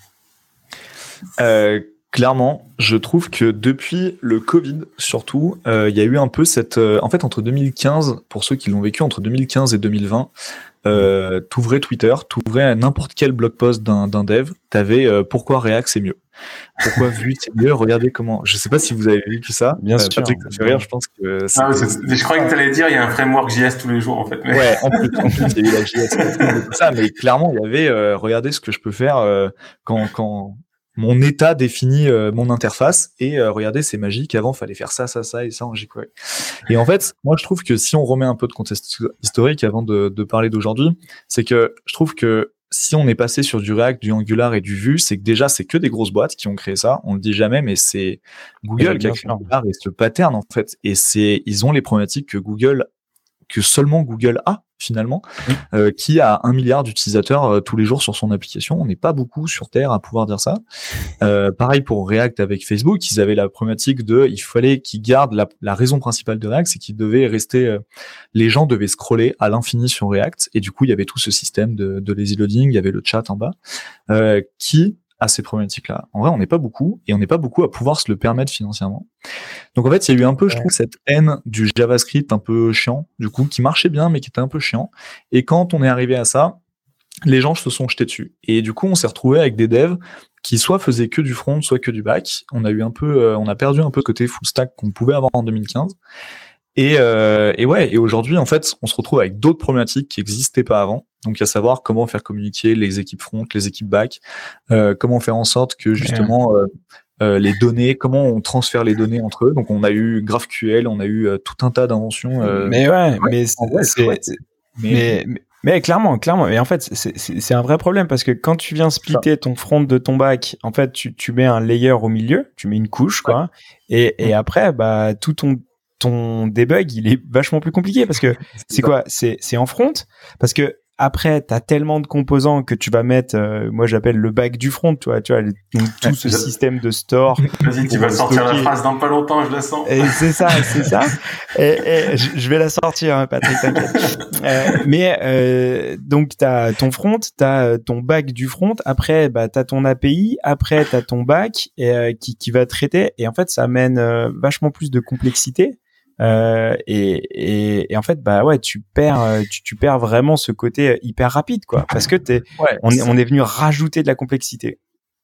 euh... Clairement, je trouve que depuis le Covid, surtout, il euh, y a eu un peu cette... Euh, en fait, entre deux mille quinze, pour ceux qui l'ont vécu, entre deux mille quinze et deux mille vingt, euh, t'ouvrais Twitter, t'ouvrais n'importe quel blog post d'un, d'un dev, t'avais euh, « Pourquoi React, c'est mieux ?» Pourquoi Vue, c'est mieux? Regardez comment... Je sais pas si vous avez vécu ça. Bien euh, sûr. Patrick, ça fait rire, je pense que... Ah, mais je croyais que t'allais dire, il y a un framework J S tous les jours, en fait. Mais... Ouais, en plus, en plus, il y a eu la J S et tout ça, mais clairement, il y avait... Euh, regardez ce que je peux faire euh, quand... quand mon état définit euh, mon interface et euh, regardez, c'est magique. Avant, fallait faire ça, ça, ça et ça en jQuery. Et en fait, moi, je trouve que si on remet un peu de contexte historique avant de, de parler d'aujourd'hui, c'est que je trouve que si on est passé sur du React, du Angular et du Vue, c'est que déjà, c'est que des grosses boîtes qui ont créé ça. On le dit jamais, mais c'est Google oui, qui a créé Angular et ce pattern, en fait. Et c'est, ils ont les problématiques que Google, que seulement Google a, finalement, mmh. euh, qui a un milliard d'utilisateurs euh, tous les jours sur son application. On n'est pas beaucoup sur Terre à pouvoir dire ça. Euh, pareil pour React avec Facebook, ils avaient la problématique de, il fallait qu'ils gardent la, la raison principale de React, c'est qu'ils devaient rester, euh, les gens devaient scroller à l'infini sur React, et du coup il y avait tout ce système de, de lazy loading, il y avait le chat en bas, euh, qui à ces problématiques-là. En vrai, on n'est pas beaucoup, et on n'est pas beaucoup à pouvoir se le permettre financièrement. Donc en fait, il y a eu un peu, je trouve, cette haine du JavaScript un peu chiant, du coup, qui marchait bien, mais qui était un peu chiant. Et quand on est arrivé à ça, les gens se sont jetés dessus. Et du coup, on s'est retrouvé avec des devs qui soit faisaient que du front, soit que du back. On a eu un peu, euh, on a perdu un peu le côté full stack qu'on pouvait avoir en deux mille quinze. Et, euh, et ouais, et aujourd'hui, en fait, on se retrouve avec d'autres problématiques qui n'existaient pas avant. Donc, à savoir comment faire communiquer les équipes front, les équipes back, euh, comment faire en sorte que justement euh, euh, les données, comment on transfère les données entre eux. Donc, on a eu GraphQL, on a eu euh, tout un tas d'inventions. Euh, mais ouais, ouais mais c'est, vrai, c'est, ouais, c'est mais, mais, mais mais clairement, clairement. Et en fait, c'est, c'est, c'est un vrai problème parce que quand tu viens splitter ton front de ton back, en fait, tu, tu mets un layer au milieu, tu mets une couche, quoi. Ouais. Et, et après, bah, tout ton ton debug, il est vachement plus compliqué parce que c'est quoi? C'est, c'est en front parce que après, t'as tellement de composants que tu vas mettre, euh, moi j'appelle le back du front, tu vois, tu vois, donc, tout ce système de store. Vas-y, tu vas sortir la phrase dans pas longtemps, je la sens. Et c'est ça, c'est ça. Et, et je vais la sortir, hein, Patrick, t'inquiète. euh, mais euh, donc t'as ton front, t'as ton back du front. Après, bah t'as ton A P I. Après, t'as ton back et, euh, qui qui va traiter. Et en fait, ça amène euh, vachement plus de complexité. Euh, et, et, et en fait, bah ouais, tu perds, tu, tu perds vraiment ce côté hyper rapide, quoi, parce que t'es, ouais, on est, on est venu rajouter de la complexité.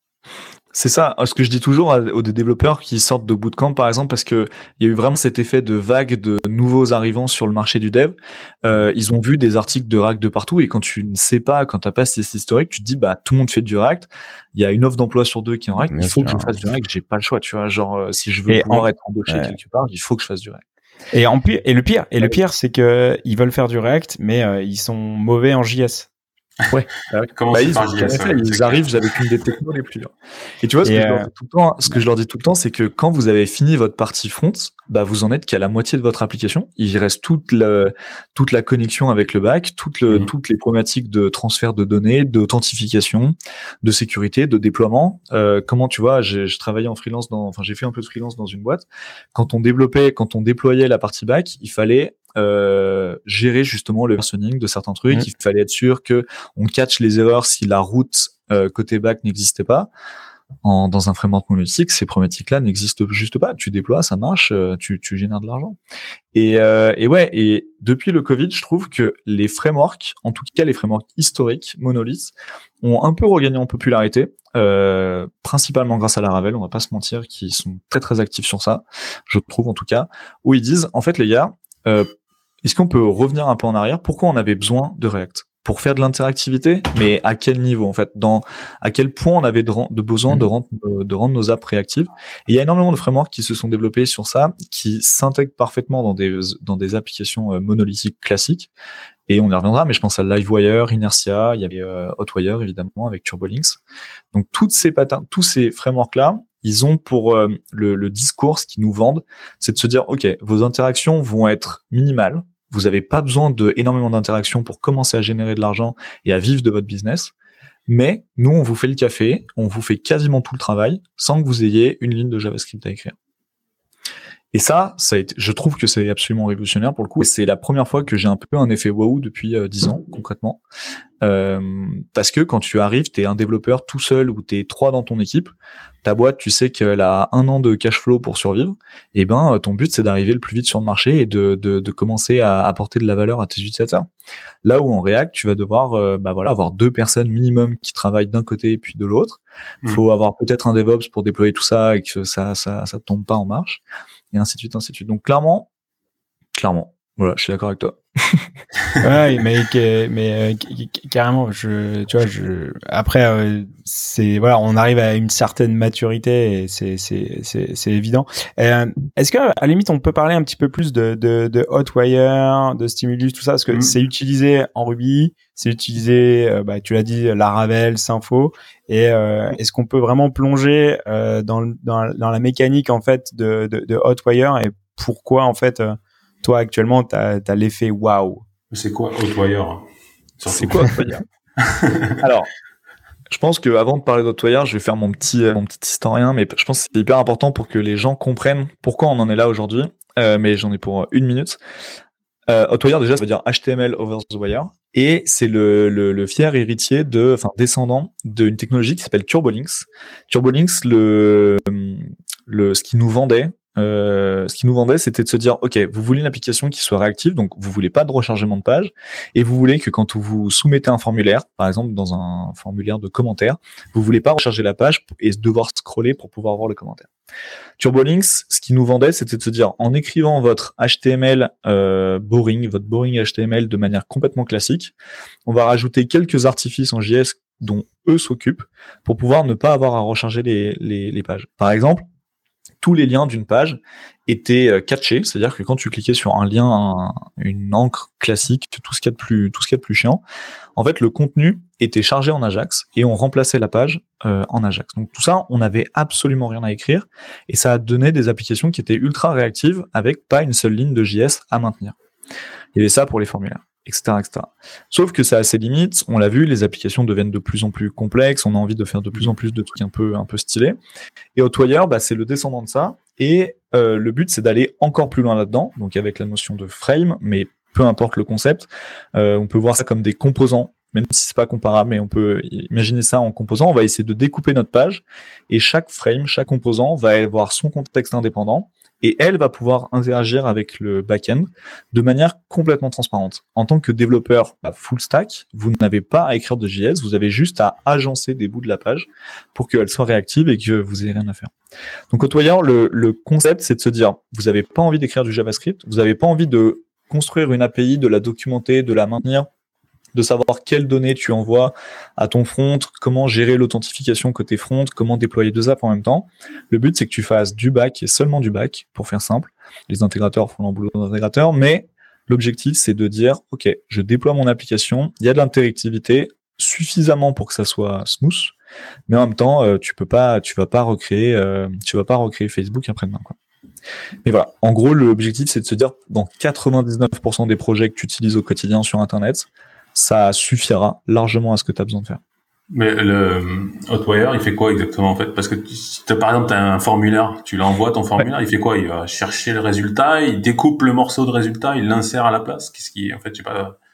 C'est ça, ce que je dis toujours aux développeurs qui sortent de bootcamp, par exemple, parce que il y a eu vraiment cet effet de vague de nouveaux arrivants sur le marché du dev. Euh, ils ont vu des articles de React de partout, et quand tu ne sais pas, quand t'as pas cet historique, tu te dis, bah, tout le monde fait du React. Il y a une offre d'emploi sur deux qui est en React. Il faut que je fasse du React. J'ai pas le choix, tu vois. Genre, euh, si je veux et pouvoir en... être embauché ouais. quelque part, il faut que je fasse du React. Et en pire, et le pire, et le pire, c'est que ils veulent faire du React, mais euh, ils sont mauvais en J S. Ouais. Bah, Comment bah, c'est ils, par J S, fait, ouais, ils arrivent avec une des technos les plus dures. Et tu vois, ce que, euh... je leur dis tout le temps, ce que je leur dis tout le temps, c'est que quand vous avez fini votre partie front, bah, vous en êtes qu'à la moitié de votre application. Il reste toute la, toute la connexion avec le back, toute le, mmh. toutes les problématiques de transfert de données, d'authentification, de sécurité, de déploiement. Euh, comment, tu vois, j'ai, j'ai travaillé en freelance dans, enfin, j'ai fait un peu de freelance dans une boîte. Quand on développait, quand on déployait la partie back, il fallait Euh, gérer justement le versionning de certains trucs. Mmh. Il fallait être sûr que on catch les erreurs si la route euh, côté back n'existait pas. en, dans un framework monolithique, ces problématiques-là n'existent juste pas. Tu déploies, ça marche, tu, tu génères de l'argent. Et, euh, et ouais, et depuis le Covid, je trouve que les frameworks, en tout cas les frameworks historiques, monolithes, ont un peu regagné en popularité, euh, principalement grâce à Laravel, on va pas se mentir, qui sont très très actifs sur ça, je trouve en tout cas, où ils disent, en fait les gars, euh, est-ce qu'on peut revenir un peu en arrière? Pourquoi on avait besoin de React? Pour faire de l'interactivité, mais à quel niveau en fait, dans à quel point on avait de, de besoin de rendre de rendre nos apps réactives. Et il y a énormément de frameworks qui se sont développés sur ça, qui s'intègrent parfaitement dans des dans des applications monolithiques classiques. Et on y reviendra, mais je pense à Livewire, Inertia, il y avait euh, Hotwire évidemment avec TurboLinks. Donc toutes ces patterns, tous ces frameworks là, ils ont pour euh, le, le discours ce qu'ils nous vendent, c'est de se dire ok, vos interactions vont être minimales. Vous n'avez pas besoin de énormément d'interactions pour commencer à générer de l'argent et à vivre de votre business. Mais nous, on vous fait le café, on vous fait quasiment tout le travail sans que vous ayez une ligne de JavaScript à écrire. Et ça, ça a été, je trouve que c'est absolument révolutionnaire pour le coup. Et c'est la première fois que j'ai un peu un effet wow depuis euh, dix ans, concrètement. Euh, parce que quand tu arrives, tu es un développeur tout seul ou tu es trois dans ton équipe, ta boîte, tu sais qu'elle a un an de cash flow pour survivre, et ben ton but, c'est d'arriver le plus vite sur le marché et de, de, de commencer à apporter de la valeur à tes utilisateurs. Là où en React, tu vas devoir euh, bah voilà, avoir deux personnes minimum qui travaillent d'un côté et puis de l'autre. Il faut mmh. avoir peut-être un DevOps pour déployer tout ça et que ça ça ça tombe pas en marche, et ainsi de suite, ainsi de suite. Donc clairement, clairement, voilà, je suis d'accord avec toi. Ouais, mais mais euh, carrément, je tu vois, je après euh, c'est voilà, on arrive à une certaine maturité et c'est c'est c'est c'est évident. Euh, est-ce que à la limite on peut parler un petit peu plus de de de Hotwire, de Stimulus, tout ça, parce que mmh. c'est utilisé en Ruby, c'est utilisé euh, bah tu l'as dit, Laravel, Sympho, et euh, est-ce qu'on peut vraiment plonger euh, dans dans dans la mécanique en fait de de, de Hotwire, et pourquoi en fait euh, toi, actuellement, tu as l'effet waouh. C'est quoi Hotwire? C'est quoi Hotwire? Alors, je pense qu'avant de parler d'Hotwire, je vais faire mon petit, mon petit historien, mais je pense que c'est hyper important pour que les gens comprennent pourquoi on en est là aujourd'hui. Euh, mais j'en ai pour une minute. Euh, Hotwire, déjà, ça veut dire H T M L over the wire. Et c'est le, le, le fier héritier de, enfin, descendant d'une technologie qui s'appelle TurboLinks. TurboLinks, le, le, ce qui nous vendait, Euh, ce qui nous vendait, c'était de se dire, ok, vous voulez une application qui soit réactive, donc vous voulez pas de rechargement de page, et vous voulez que quand vous soumettez un formulaire, par exemple dans un formulaire de commentaires, vous voulez pas recharger la page et devoir scroller pour pouvoir voir le commentaire. TurboLinks, ce qui nous vendait, c'était de se dire, en écrivant votre H T M L euh, boring, votre boring H T M L de manière complètement classique, on va rajouter quelques artifices en J S dont eux s'occupent pour pouvoir ne pas avoir à recharger les, les, les pages. Par exemple, tous les liens d'une page étaient catchés, c'est-à-dire que quand tu cliquais sur un lien, un, une encre classique, tout ce qu'il y a de plus, tout ce qu'il y a de plus chiant, en fait, le contenu était chargé en Ajax et on remplaçait la page euh, en Ajax. Donc tout ça, on n'avait absolument rien à écrire et ça a donné des applications qui étaient ultra réactives avec pas une seule ligne de J S à maintenir. Il y avait ça pour les formulaires, et cetera, et cetera. Sauf que ça a ses limites. On l'a vu, les applications deviennent de plus en plus complexes. On a envie de faire de plus en plus de trucs un peu, un peu stylés. Et Hotwire, bah, c'est le descendant de ça. Et euh, le but, c'est d'aller encore plus loin là-dedans. Donc avec la notion de frame, mais peu importe le concept, euh, on peut voir ça comme des composants. Même si c'est pas comparable, mais on peut imaginer ça en composants. On va essayer de découper notre page et chaque frame, chaque composant va avoir son contexte indépendant. Et elle va pouvoir interagir avec le back-end de manière complètement transparente. En tant que développeur bah, full stack, vous n'avez pas à écrire de J S, vous avez juste à agencer des bouts de la page pour qu'elle soit réactive et que vous ayez rien à faire. Donc Hotwire, le, le concept, c'est de se dire, vous n'avez pas envie d'écrire du JavaScript, vous n'avez pas envie de construire une A P I, de la documenter, de la maintenir, de savoir quelles données tu envoies à ton front, comment gérer l'authentification côté front, comment déployer deux apps en même temps. Le but, c'est que tu fasses du back et seulement du back, pour faire simple. Les intégrateurs font leur boulot d'intégrateurs, mais l'objectif, c'est de dire, OK, je déploie mon application, il y a de l'interactivité suffisamment pour que ça soit smooth, mais en même temps, euh, tu peux pas, tu vas pas recréer, euh, tu vas pas recréer Facebook après-demain, quoi. Mais voilà, en gros, l'objectif, c'est de se dire, dans quatre-vingt-dix-neuf pour cent des projets que tu utilises au quotidien sur Internet, ça suffira largement à ce que tu as besoin de faire. Mais le Hotwire, il fait quoi exactement en fait? Parce que si t'as, par exemple, tu as un formulaire, tu l'envoies ton formulaire, ouais. Il fait quoi? Il va chercher le résultat, il découpe le morceau de résultat, il l'insère à la place. Qu'est-ce qui, en fait, je sais pas. Ouais.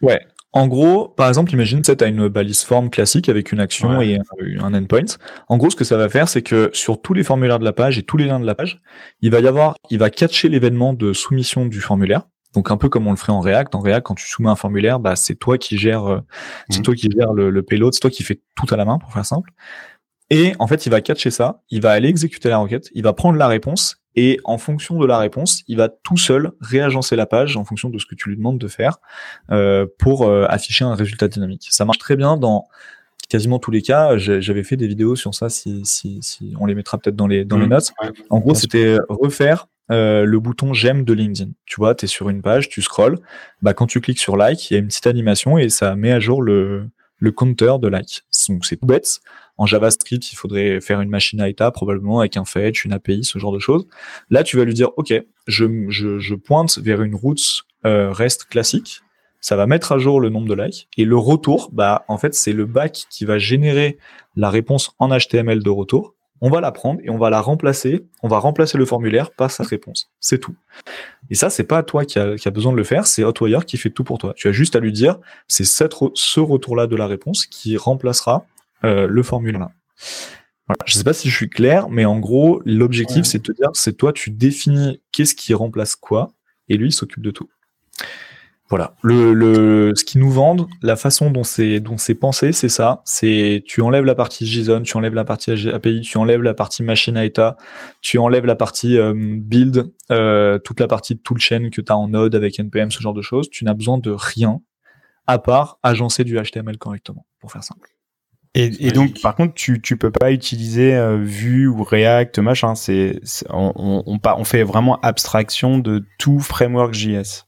En gros, par exemple, imagine que tu as une balise form classique avec une action Ouais. et un, un endpoint. En gros, ce que ça va faire, c'est que sur tous les formulaires de la page et tous les liens de la page, il va y avoir, il va catcher l'événement de soumission du formulaire. Donc un peu comme on le ferait en React. En React, quand tu soumets un formulaire, bah c'est toi qui gères, euh, c'est Mmh. toi qui gères le, le payload, c'est toi qui fais tout à la main pour faire simple. Et en fait, il va catcher ça, il va aller exécuter la requête, il va prendre la réponse. Et en fonction de la réponse, il va tout seul réagencer la page en fonction de ce que tu lui demandes de faire euh, pour euh, afficher un résultat dynamique. Ça marche très bien dans quasiment tous les cas. J'avais fait des vidéos sur ça, si, si, si on les mettra peut-être dans les, dans mmh. les notes. Ouais. En gros, c'était refaire euh, le bouton j'aime de LinkedIn. Tu vois, tu es sur une page, tu scrolls. Bah, quand tu cliques sur like, il y a une petite animation et ça met à jour le, le compteur de like. Donc c'est tout bête. En JavaScript, il faudrait faire une machine à état, probablement avec un fetch, une A P I, ce genre de choses. Là, tu vas lui dire, OK, je, je, je pointe vers une route euh, REST classique. Ça va mettre à jour le nombre de likes. Et le retour, bah, en fait, c'est le back qui va générer la réponse en H T M L de retour. On va la prendre et on va la remplacer. On va remplacer le formulaire par sa réponse. C'est tout. Et ça, c'est pas à toi qui a, qui a besoin de le faire, c'est Hotwire qui fait tout pour toi. Tu as juste à lui dire, c'est cette, ce retour-là de la réponse qui remplacera Euh, le formulaire là. Voilà. Je sais pas si je suis clair, mais en gros, l'objectif, ouais. c'est de te dire, c'est toi, tu définis qu'est-ce qui remplace quoi, et lui, il s'occupe de tout. Voilà. Le, le, ce qu'ils nous vendent, la façon dont c'est, dont c'est pensé, c'est ça. C'est, tu enlèves la partie JSON, tu enlèves la partie A P I, tu enlèves la partie machine à état, tu enlèves la partie euh, build, euh, toute la partie de toolchain que tu as en Node avec N P M, ce genre de choses. Tu n'as besoin de rien, à part agencer du H T M L correctement, pour faire simple. Et, et donc, par contre, tu tu peux pas utiliser euh, Vue ou React, machin. C'est, c'est on, on on on fait vraiment abstraction de tout framework J S.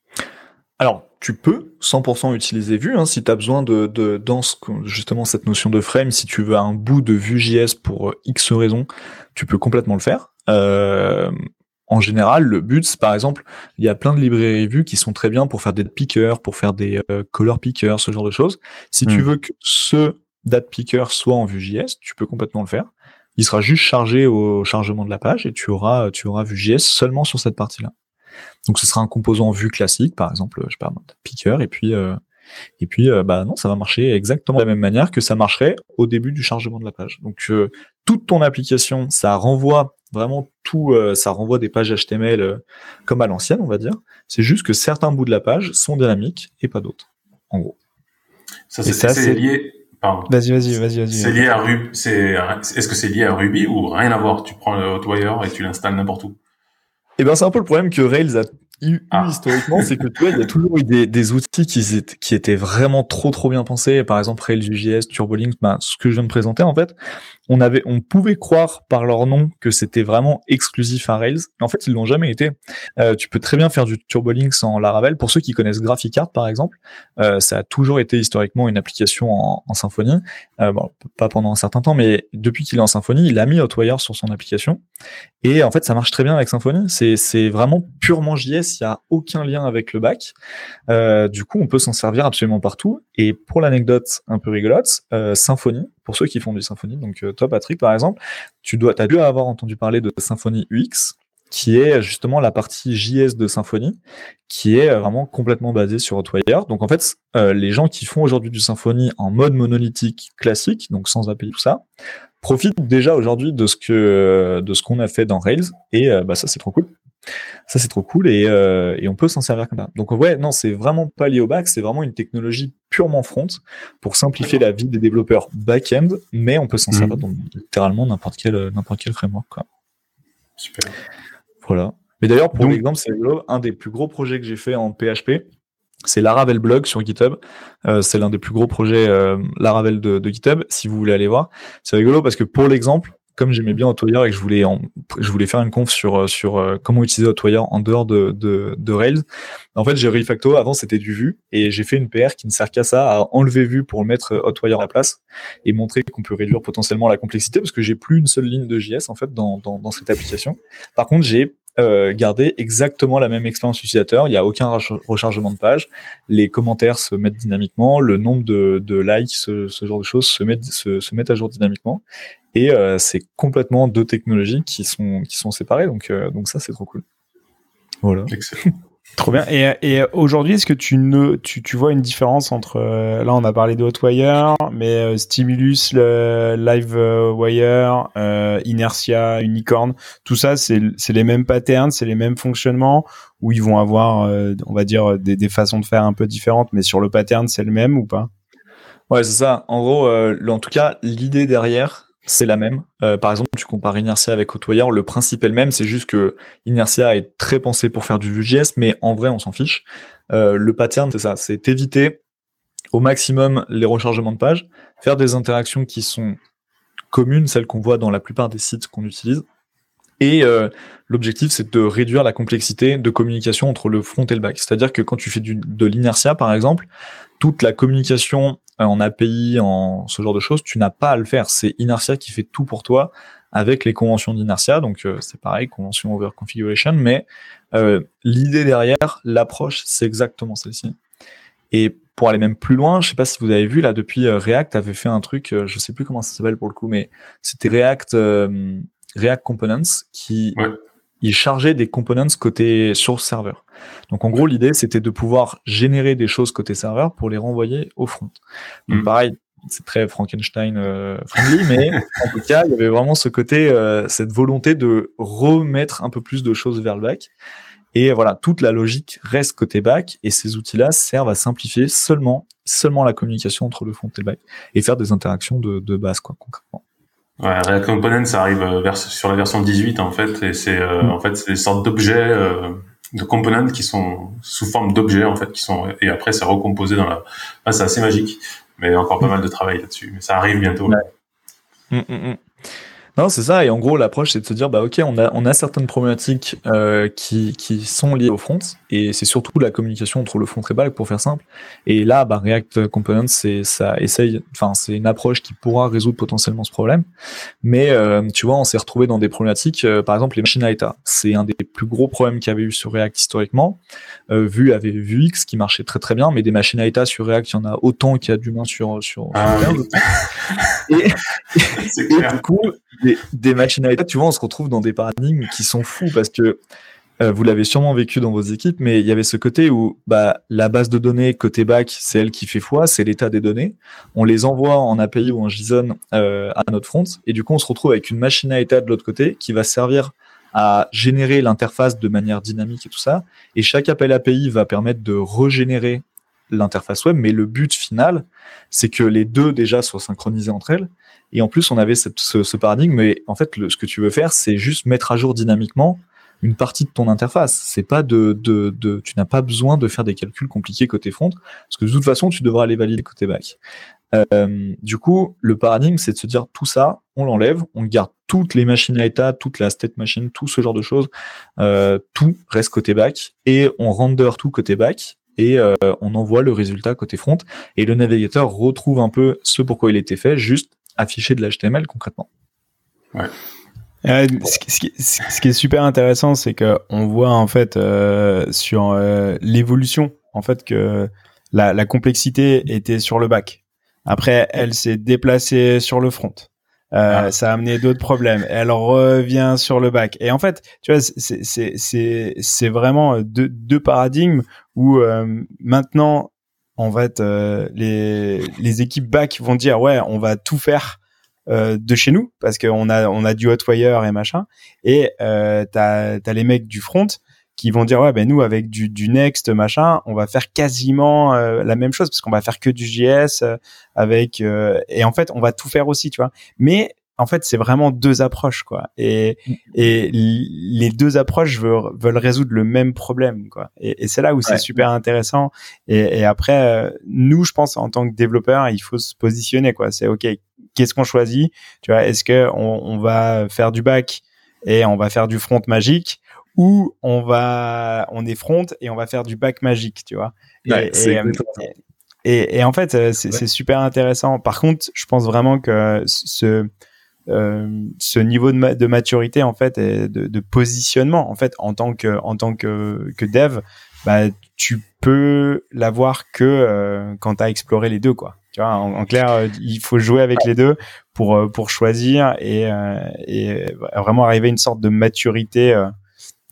Alors, tu peux cent pour cent utiliser Vue hein, si tu as besoin de de dans ce, justement cette notion de frame. Si tu veux un bout de Vue.js pour euh, X raisons, tu peux complètement le faire. Euh, en général, le but, c'est, par exemple, il y a plein de librairies Vue qui sont très bien pour faire des pickers, pour faire des euh, color pickers, ce genre de choses. Si mmh. tu veux que ce date picker soit en Vue.js, tu peux complètement le faire. Il sera juste chargé au chargement de la page et tu auras, tu auras Vue.js seulement sur cette partie-là. Donc ce sera un composant Vue classique, par exemple, je sais pas, picker, et puis, euh, et puis, euh, bah non, ça va marcher exactement de la même manière que ça marcherait au début du chargement de la page. Donc euh, toute ton application, ça renvoie vraiment tout, euh, ça renvoie des pages H T M L euh, comme à l'ancienne, on va dire. C'est juste que certains bouts de la page sont dynamiques et pas d'autres, en gros. Ça, c'est, ça, c'est, c'est lié. Pardon. Vas-y, vas-y, vas-y, vas-y. C'est lié à Ruby. C'est, est-ce que c'est lié à Ruby ou rien à voir? Tu prends le Hotwire et tu l'installes n'importe où. Eh ben, c'est un peu le problème que Rails a eu, ah. eu historiquement, c'est que tu vois, il y a toujours eu des, des outils qui étaient, qui étaient vraiment trop, trop bien pensés. Par exemple, Rails.js, TurboLinks, ben, ce que je viens de présenter, en fait, on avait, on pouvait croire par leur nom que c'était vraiment exclusif à Rails. En fait, ils l'ont jamais été. Euh, tu peux très bien faire du TurboLinks en Laravel. Pour ceux qui connaissent GraphiCart, par exemple, euh, ça a toujours été historiquement une application en, en Symfony. Euh, bon, pas pendant un certain temps, mais depuis qu'il est en Symfony, il a mis Hotwire sur son application. Et en fait, ça marche très bien avec Symfony. C'est, c'est vraiment purement J S. Il y a aucun lien avec le back. Euh, du coup, on peut s'en servir absolument partout. Et pour l'anecdote un peu rigolote, euh, Symfony, pour ceux qui font du Symfony, donc euh, toi Patrick par exemple, tu dois, t'as dû avoir entendu parler de Symfony U X, qui est justement la partie J S de Symfony, qui est vraiment complètement basée sur Hotwire. Donc en fait, euh, les gens qui font aujourd'hui du Symfony en mode monolithique classique, donc sans A P I tout ça, profitent déjà aujourd'hui de ce que de ce qu'on a fait dans Rails, et euh, bah ça c'est trop cool. Ça c'est trop cool et, euh, et on peut s'en servir comme ça. Donc ouais, non, c'est vraiment pas lié au back, c'est vraiment une technologie purement front pour simplifier la vie des développeurs back-end, mais on peut s'en mmh. servir dans littéralement n'importe quel n'importe quel framework quoi. Super. Voilà. Mais d'ailleurs pour Donc, l'exemple, c'est un des plus gros projets que j'ai fait en P H P. C'est Laravel Blog sur GitHub. Euh, c'est l'un des plus gros projets euh, Laravel de, de GitHub. Si vous voulez aller voir, c'est rigolo parce que pour l'exemple, comme j'aimais bien Hotwire et que je voulais, en, je voulais faire une conf sur sur euh, comment utiliser Hotwire en dehors de, de de Rails. En fait, j'ai refacto. Avant, c'était du Vue et j'ai fait une P R qui ne sert qu'à ça, à enlever Vue pour mettre Hotwire à la place et montrer qu'on peut réduire potentiellement la complexité parce que j'ai plus une seule ligne de J S en fait dans dans, dans cette application. Par contre, j'ai Euh, garder exactement la même expérience utilisateur. Il n'y a aucun rach- rechargement de page. Les commentaires se mettent dynamiquement. Le nombre de, de likes, ce, ce genre de choses se mettent, se, se mettent à jour dynamiquement. Et euh, c'est complètement deux technologies qui sont, qui sont séparées. Donc, euh, donc ça, c'est trop cool. Voilà. Excellent. Trop bien. Et, et aujourd'hui, est-ce que tu, ne, tu, tu vois une différence entre... Euh, là, on a parlé de Hotwire, mais euh, Stimulus, le Livewire, euh, Inertia, Unicorn, tout ça, c'est, c'est les mêmes patterns, c'est les mêmes fonctionnements, où ils vont avoir, euh, on va dire, des, des façons de faire un peu différentes, mais sur le pattern, c'est le même ou pas? Ouais, c'est ça. En gros, euh, en tout cas, l'idée derrière, c'est la même. Euh, par exemple, tu compares Inertia avec Hotwire, le principe est le même, c'est juste que Inertia est très pensé pour faire du Vue.js, mais en vrai, on s'en fiche. Euh, le pattern, c'est ça, c'est éviter au maximum les rechargements de pages, faire des interactions qui sont communes, celles qu'on voit dans la plupart des sites qu'on utilise. Et euh, l'objectif, c'est de réduire la complexité de communication entre le front et le back. C'est-à-dire que quand tu fais du, de l'Inertia, par exemple, toute la communication en A P I, en ce genre de choses, tu n'as pas à le faire. C'est Inertia qui fait tout pour toi avec les conventions d'Inertia. Donc, euh, c'est pareil, convention over configuration. Mais euh, l'idée derrière, l'approche, c'est exactement celle-ci. Et pour aller même plus loin, je sais pas si vous avez vu, là, depuis euh, React avait fait un truc, euh, je sais plus comment ça s'appelle pour le coup, mais c'était React... Euh, React Components qui ouais. il chargeait des components côté source serveur. Donc en gros l'idée c'était de pouvoir générer des choses côté serveur pour les renvoyer au front. Donc mm. pareil, c'est très Frankenstein euh, friendly, mais en tout cas il y avait vraiment ce côté, euh, cette volonté de remettre un peu plus de choses vers le back. Et voilà, toute la logique reste côté back et ces outils-là servent à simplifier seulement seulement la communication entre le front et le back et faire des interactions de, de base quoi concrètement. Ouais, React Components, ça arrive vers, sur la version dix-huit en fait, et c'est euh, mm. en fait c'est des sortes d'objets, euh, de components qui sont sous forme d'objets en fait, qui sont et après c'est recomposé dans la. Ah, c'est assez magique, mais encore pas mm. mal de travail là-dessus. Mais ça arrive bientôt. Ouais. Mm, mm, mm. Non, c'est ça. Et en gros, l'approche, c'est de se dire, bah, ok, on a, on a certaines problématiques euh, qui, qui sont liées au front, et c'est surtout la communication entre le front et back, pour faire simple. Et là, bah, React Components, c'est, ça essaye, enfin, c'est une approche qui pourra résoudre potentiellement ce problème. Mais euh, tu vois, on s'est retrouvé dans des problématiques, euh, par exemple, les machines à état. C'est un des plus gros problèmes qu'il y avait eu sur React historiquement. Euh, Vue avait Vuex qui marchait très très bien, mais des machines à état sur React, il y en a autant qu'il y a d'humains sur sur. Ah, sur oui. et, et, et du coup. Des, des machines à état, tu vois, on se retrouve dans des paradigmes qui sont fous parce que euh, vous l'avez sûrement vécu dans vos équipes, mais il y avait ce côté où bah, la base de données côté back, c'est elle qui fait foi, c'est l'état des données. On les envoie en A P I ou en JSON euh, à notre front, et du coup, on se retrouve avec une machine à état de l'autre côté qui va servir à générer l'interface de manière dynamique et tout ça. Et chaque appel A P I va permettre de régénérer l'interface web, mais le but final, c'est que les deux déjà soient synchronisés entre elles. Et en plus, on avait cette, ce, ce paradigme, mais en fait, le, ce que tu veux faire, c'est juste mettre à jour dynamiquement une partie de ton interface. C'est pas de, de, de, tu n'as pas besoin de faire des calculs compliqués côté front, parce que de toute façon, tu devras les valider côté back. Euh, du coup, le paradigme, c'est de se dire tout ça, on l'enlève, on garde toutes les machines à état, toute la state machine, tout ce genre de choses, euh, tout reste côté back, et on render tout côté back, et euh, on envoie le résultat côté front, et le navigateur retrouve un peu ce pourquoi il était fait, juste afficher de l'H T M L concrètement. Ouais. Euh, ce, ce, qui, ce qui est super intéressant, c'est que on voit en fait euh, sur euh, l'évolution, en fait que la, la complexité était sur le back. Après, elle s'est déplacée sur le front. Euh, ah. Ça a amené d'autres problèmes. Elle revient sur le back. Et en fait, tu vois, c'est c'est c'est c'est vraiment deux deux paradigmes où euh, maintenant, en fait, euh, les les équipes back vont dire ouais, on va tout faire euh, de chez nous parce qu'on a on a du Hotwire et machin. Et euh, t'as t'as les mecs du front qui vont dire ouais ben nous avec du du Next machin on va faire quasiment euh, la même chose parce qu'on va faire que du J S euh, avec euh, et en fait on va tout faire aussi tu vois mais en fait c'est vraiment deux approches quoi et et les deux approches veulent, veulent résoudre le même problème quoi et, et c'est là où c'est ouais. super intéressant et, et après euh, nous je pense en tant que développeur il faut se positionner quoi c'est ok qu'est-ce qu'on choisit tu vois est-ce que on, on va faire du back et on va faire du front magique où on va, on est front et on va faire du back magique, tu vois. Ouais, et, et, et, et en fait, c'est, ouais. c'est super intéressant. Par contre, je pense vraiment que ce, euh, ce niveau de, ma- de maturité, en fait, et de, de positionnement, en fait, en tant que, en tant que, que dev, bah, tu peux l'avoir que euh, quand t'as exploré les deux, quoi. Tu vois, en, en clair, euh, il faut jouer avec les deux pour pour choisir et euh, et vraiment arriver à une sorte de maturité. Euh,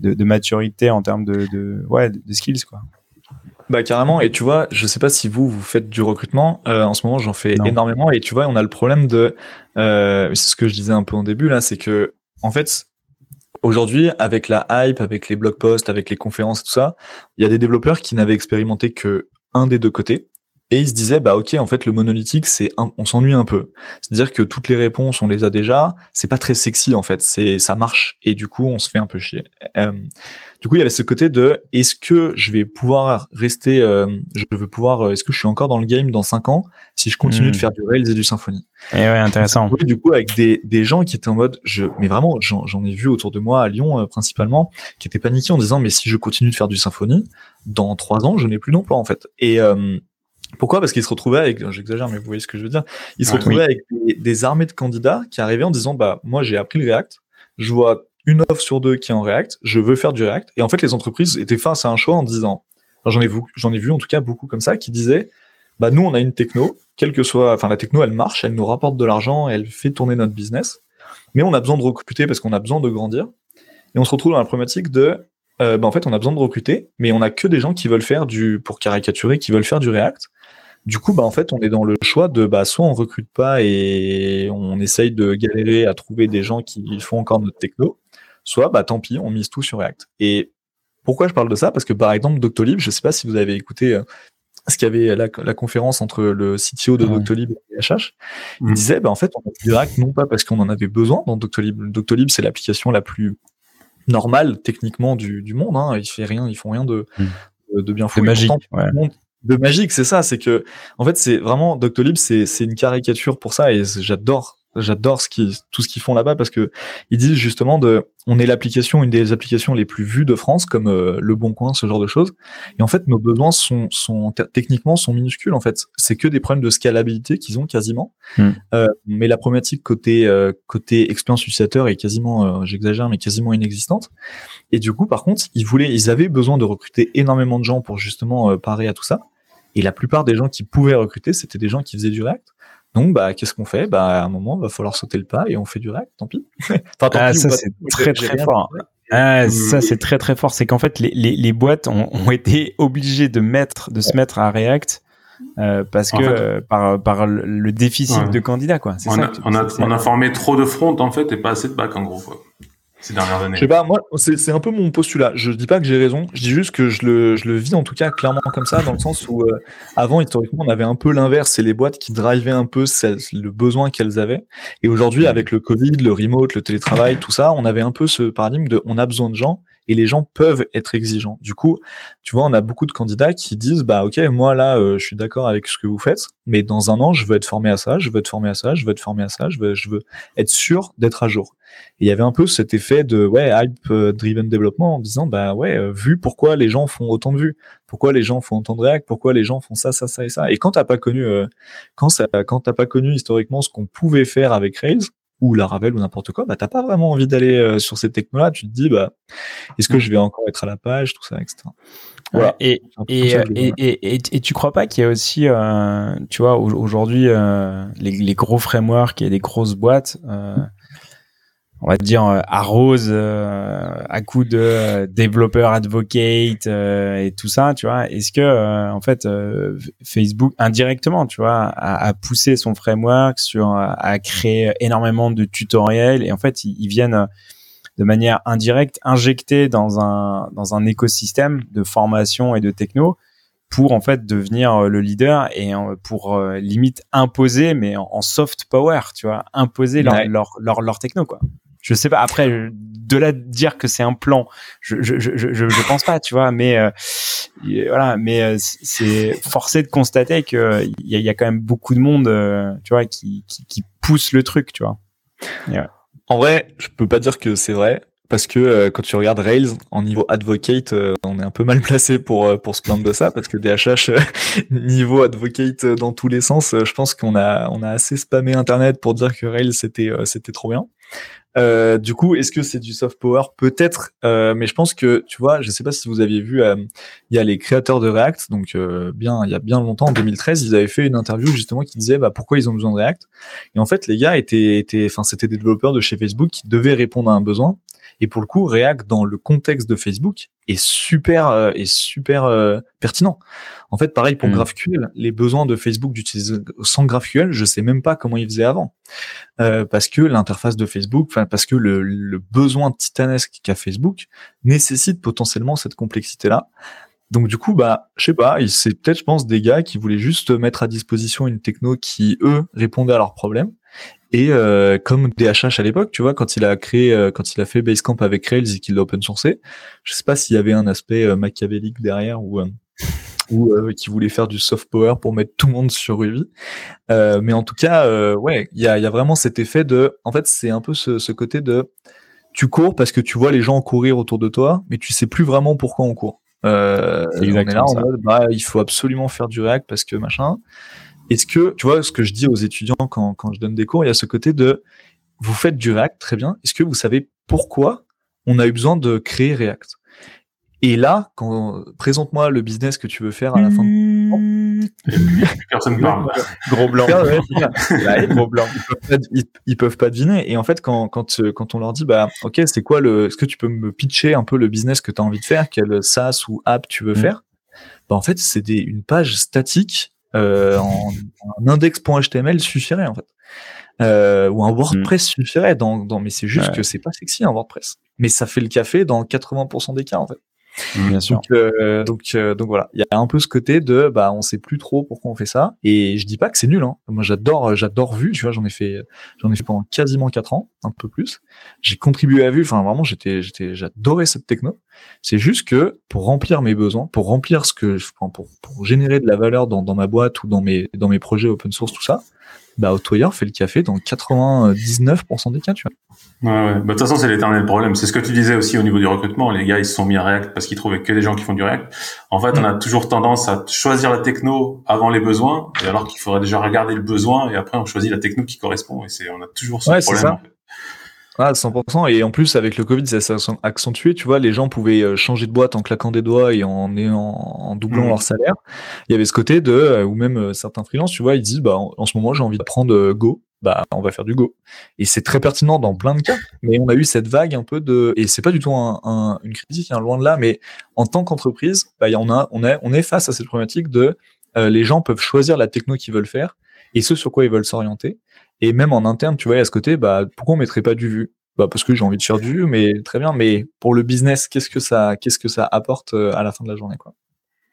de, de maturité en termes de, de, ouais, de, de skills, quoi. Bah carrément, et tu vois, je sais pas si vous vous faites du recrutement, euh, en ce moment j'en fais Non. énormément, et tu vois, on a le problème de, euh, c'est ce que je disais un peu en début là, c'est que en fait aujourd'hui avec la hype, avec les blog posts, avec les conférences et tout ça, il y a des développeurs qui n'avaient expérimenté que un des deux côtés. Et ils se disaient, bah ok, en fait, le monolithique, c'est un, on s'ennuie un peu. C'est-à-dire que toutes les réponses, on les a déjà. C'est pas très sexy en fait. C'est, ça marche. Et du coup, on se fait un peu chier. Euh, du coup, il y avait ce côté de, est-ce que je vais pouvoir rester, euh, je veux pouvoir, est-ce que je suis encore dans le game dans cinq ans si je continue mmh. de faire du Rails et du Symfony. Et ouais, intéressant. Oui, du coup, avec des des gens qui étaient en mode, je, mais vraiment, j'en, j'en ai vu autour de moi à Lyon euh, principalement, qui étaient paniqués en disant, mais si je continue de faire du Symfony, dans trois ans, je n'ai plus d'emploi en fait. Et euh, pourquoi ? Parce qu'ils se retrouvaient avec, j'exagère, mais vous voyez ce que je veux dire, ils se ah, retrouvaient oui. avec des, des armées de candidats qui arrivaient en disant, bah, moi, j'ai appris le React, je vois une offre sur deux qui est en React, je veux faire du React. Et en fait, les entreprises étaient face à un choix en disant, alors j'en ai vu, j'en ai vu en tout cas beaucoup comme ça, qui disaient, bah, nous, on a une techno, quelle que soit, enfin, la techno, elle marche, elle nous rapporte de l'argent, elle fait tourner notre business, mais on a besoin de recruter parce qu'on a besoin de grandir. Et on se retrouve dans la problématique de, euh, bah, en fait, on a besoin de recruter, mais on a que des gens qui veulent faire du, pour caricaturer, qui veulent faire du React. Du coup, bah, en fait, on est dans le choix de, bah, soit on recrute pas et on essaye de galérer à trouver des gens qui font encore notre techno, soit, bah, tant pis, on mise tout sur React. Et pourquoi je parle de ça? Parce que, par exemple, Doctolib, je sais pas si vous avez écouté euh, ce qu'il y avait la, la conférence entre le C T O de ouais. Doctolib et H H. Il mmh. disait, bah, en fait, on a du React non pas parce qu'on en avait besoin dans Doctolib. Doctolib, c'est l'application la plus normale, techniquement, du, du monde, hein. Ils fait rien, ils font rien de, mmh. de, de bien fou. De magique. Pourtant, ouais. De magique, c'est ça, c'est que, en fait, c'est vraiment, Doctolib, c'est, c'est une caricature pour ça, et j'adore, j'adore ce qui, tout ce qu'ils font là-bas, parce que ils disent justement de, on est l'application, une des applications les plus vues de France, comme euh, Le Bon Coin, ce genre de choses. Et en fait, nos besoins sont, sont, techniquement, sont minuscules, en fait. C'est que des problèmes de scalabilité qu'ils ont quasiment. Mm. Euh, mais la problématique côté, euh, côté expérience utilisateur est quasiment, euh, j'exagère, mais quasiment inexistante. Et du coup, par contre, ils voulaient, ils avaient besoin de recruter énormément de gens pour justement euh, parer à tout ça. Et la plupart des gens qui pouvaient recruter, c'était des gens qui faisaient du React. Donc, bah, qu'est-ce qu'on fait? Bah, à un moment, il va falloir sauter le pas et on fait du React, tant pis. enfin, tant ah, pis ça, c'est très, très fort. Ah, ça, c'est très, très fort. C'est qu'en fait, les, les, les boîtes ont, ont été obligées de mettre, de se mettre à React, euh, parce en que, fait, euh, par, par le déficit ouais. de candidats, quoi. C'est on ça a, on a, on a formé trop de front, en fait, et pas assez de back, en gros, quoi. Ces dernières années. Je sais pas, moi, c'est, c'est un peu mon postulat. Je dis pas que j'ai raison, je dis juste que je le, je le vis en tout cas clairement comme ça, dans le sens où euh, avant, historiquement, on avait un peu l'inverse, c'est les boîtes qui drivaient un peu celle, le besoin qu'elles avaient. Et aujourd'hui, avec le Covid, le remote, le télétravail, tout ça, on avait un peu ce paradigme de on a besoin de gens et les gens peuvent être exigeants. Du coup, tu vois, on a beaucoup de candidats qui disent, bah ok, moi là, euh, je suis d'accord avec ce que vous faites, mais dans un an, je veux être formé à ça, je veux être formé à ça, je veux être formé à ça, je veux, je veux être sûr d'être à jour. Et il y avait un peu cet effet de ouais hype driven développement en disant bah ouais euh, vu pourquoi les gens font autant de vues, pourquoi les gens font autant de React, pourquoi les gens font ça ça ça et ça. Et quand t'as pas connu euh, quand ça quand t'as pas connu historiquement ce qu'on pouvait faire avec Rails ou Laravel ou n'importe quoi, bah t'as pas vraiment envie d'aller euh, sur ces technos-là. Tu te dis bah est-ce que je vais encore être à la page, tout ça, et cetera. Voilà. Et et, et, et, et, et et tu crois pas qu'il y a aussi euh, tu vois aujourd'hui euh, les, les gros frameworks et les grosses boîtes euh, on va dire euh, arrose euh, à coup de euh, développeur advocate euh, et tout ça, tu vois. Est-ce que euh, en fait euh, Facebook indirectement, tu vois, a, a poussé son framework sur à créer énormément de tutoriels et en fait ils, ils viennent de manière indirecte injecter dans un dans un écosystème de formation et de techno pour en fait devenir le leader et pour euh, limite imposer mais en, en soft power, tu vois, imposer leur ouais. leur, leur leur techno quoi. Je sais pas. Après, de là dire que c'est un plan, je je je je, je pense pas, tu vois. Mais euh, voilà, mais euh, c'est forcé de constater que il y a, y a quand même beaucoup de monde, euh, tu vois, qui qui qui pousse le truc, tu vois. Ouais. En vrai, je peux pas dire que c'est vrai. Parce que euh, quand tu regardes Rails en niveau advocate, euh, on est un peu mal placé pour euh, pour se plaindre de ça parce que D H H euh, niveau advocate euh, dans tous les sens, euh, je pense qu'on a on a assez spammé internet pour dire que Rails c'était euh, c'était trop bien. Euh, du coup, est-ce que c'est du soft power? Peut-être, euh, mais je pense que tu vois, je sais pas si vous aviez vu, euh, il y a les créateurs de React, donc euh, bien il y a bien longtemps, en deux mille treize, ils avaient fait une interview justement qui disait bah pourquoi ils ont besoin de React. Et en fait, les gars étaient étaient, enfin c'était des développeurs de chez Facebook qui devaient répondre à un besoin. Et pour le coup, React dans le contexte de Facebook est super euh, est super euh, pertinent. En fait, pareil pour mmh. GraphQL, les besoins de Facebook d'utiliser sans GraphQL, je sais même pas comment ils faisaient avant, euh, parce que l'interface de Facebook, enfin parce que le, le besoin titanesque qu'a Facebook nécessite potentiellement cette complexité-là. Donc du coup, bah, je sais pas, c'est peut-être, je pense, des gars qui voulaient juste mettre à disposition une techno qui, eux, répondait à leurs problèmes. Et euh, comme D H H à l'époque, tu vois, quand il a créé, euh, quand il a fait Basecamp avec Rails et qu'il l'a open sourcé, je sais pas s'il y avait un aspect euh, machiavélique derrière ou euh, ou euh, qui voulait faire du soft power pour mettre tout le monde sur Ruby. Euh, mais en tout cas, euh, ouais, il y a, y a vraiment cet effet de, en fait, c'est un peu ce, ce côté de, tu cours parce que tu vois les gens courir autour de toi, mais tu sais plus vraiment pourquoi on court. Euh, on est là en mode, bah, il faut absolument faire du React parce que machin. Est-ce que, tu vois, ce que je dis aux étudiants quand, quand je donne des cours, il y a ce côté de, vous faites du React, très bien. Est-ce que vous savez pourquoi on a eu besoin de créer React? Et là, quand, présente-moi le business que tu veux faire à la fin de... Personne ne parle. Gros blanc. Ouais, gros blanc. Ils peuvent pas, ils, ils peuvent pas deviner. Et en fait, quand, quand, quand on leur dit, bah, ok, c'est quoi le, est-ce que tu peux me pitcher un peu le business que tu as envie de faire, quel SaaS ou app tu veux mmh. faire? Bah, en fait, c'est des, une page statique, euh, en, en index.html suffirait, en fait. Euh, ou un WordPress mmh. suffirait dans, dans, mais c'est juste ouais. que c'est pas sexy, un WordPress. Mais ça fait le café dans quatre-vingts pour cent des cas, en fait. Bien sûr. Donc, euh, donc, euh, donc voilà, il y a un peu ce côté de, bah, on sait plus trop pourquoi on fait ça. Et je dis pas que c'est nul, hein. Moi, j'adore, j'adore Vue. Tu vois, j'en ai fait, j'en ai fait pendant quasiment quatre ans, un peu plus. J'ai contribué à Vue. Enfin, vraiment, j'étais, j'étais, j'adorais cette techno. C'est juste que pour remplir mes besoins, pour remplir ce que, pour, pour, pour générer de la valeur dans, dans ma boîte ou dans mes, dans mes projets open source, tout ça, bah, Outwire fait le café dans quatre-vingt-dix-neuf pour cent des cas, tu vois. Ouais, ouais. Bah, de toute façon, c'est l'éternel problème. C'est ce que tu disais aussi au niveau du recrutement. Les gars, ils se sont mis à React parce qu'ils trouvaient que des gens qui font du React. En fait, mmh. on a toujours tendance à choisir la techno avant les besoins, et alors qu'il faudrait déjà regarder le besoin, et après, on choisit la techno qui correspond. Et c'est, on a toujours ce ouais, problème. C'est ça. Ah, cent pour cent. Et en plus, avec le Covid, ça s'est accentué. Tu vois, les gens pouvaient changer de boîte en claquant des doigts et en, en, en doublant mmh. leur salaire. Il y avait ce côté de, ou même certains freelances, tu vois, ils disent, bah, en, en ce moment, j'ai envie d'apprendre Go. Bah, on va faire du Go. Et c'est très pertinent dans plein de cas. Mais on a eu cette vague un peu de, et c'est pas du tout un, un, une critique, hein, loin de là, mais en tant qu'entreprise, bah, on a, on est, on est face à cette problématique de, euh, les gens peuvent choisir la techno qu'ils veulent faire et ce sur quoi ils veulent s'orienter. Et même en interne, tu vois, à ce côté, bah, pourquoi on mettrait pas du Vue? Bah, parce que j'ai envie de faire du Vue, mais très bien. Mais pour le business, qu'est-ce que ça, qu'est-ce que ça apporte à la fin de la journée, quoi.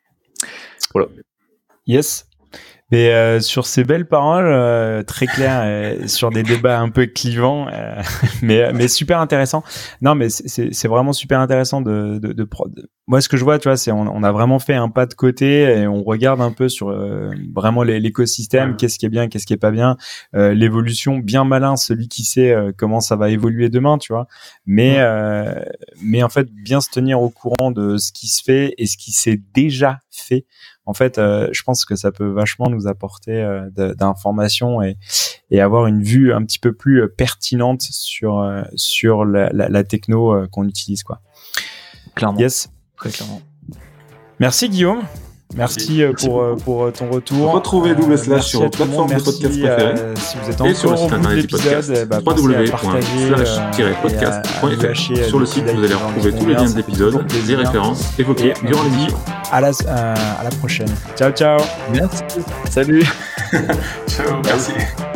Voilà. Yes. Mais euh, sur ces belles paroles, euh, très claires, euh, sur des débats un peu clivants, euh, mais mais super intéressant. Non, mais c'est c'est vraiment super intéressant de de, de, de... Moi, ce que je vois, tu vois, c'est on, on a vraiment fait un pas de côté et on regarde un peu sur euh, vraiment les, l'écosystème, ouais. qu'est-ce qui est bien, qu'est-ce qui est pas bien, euh, l'évolution, bien malin, celui qui sait euh, comment ça va évoluer demain, tu vois. Mais ouais. euh, mais en fait, bien se tenir au courant de ce qui se fait et ce qui s'est déjà fait. En fait, euh, je pense que ça peut vachement nous apporter euh, de, d'informations et, et avoir une vue un petit peu plus euh, pertinente sur euh, sur la, la, la techno euh, qu'on utilise, quoi. Clairement. Yes. Très clairement. Merci Guillaume. Merci, Merci pour, euh, pour ton retour. Retrouvez Double Slash sur votre plateforme de podcast préférée. Euh, si vous êtes et sur le site internet du podcast, bah, w w w point slash tiret podcast point f r. Sur le site, vous allez retrouver tous les liens d'épisodes, des références évoquées durant l'émission. À la, à, à la prochaine. Ciao, ciao. Merci. Salut. Ciao. Merci.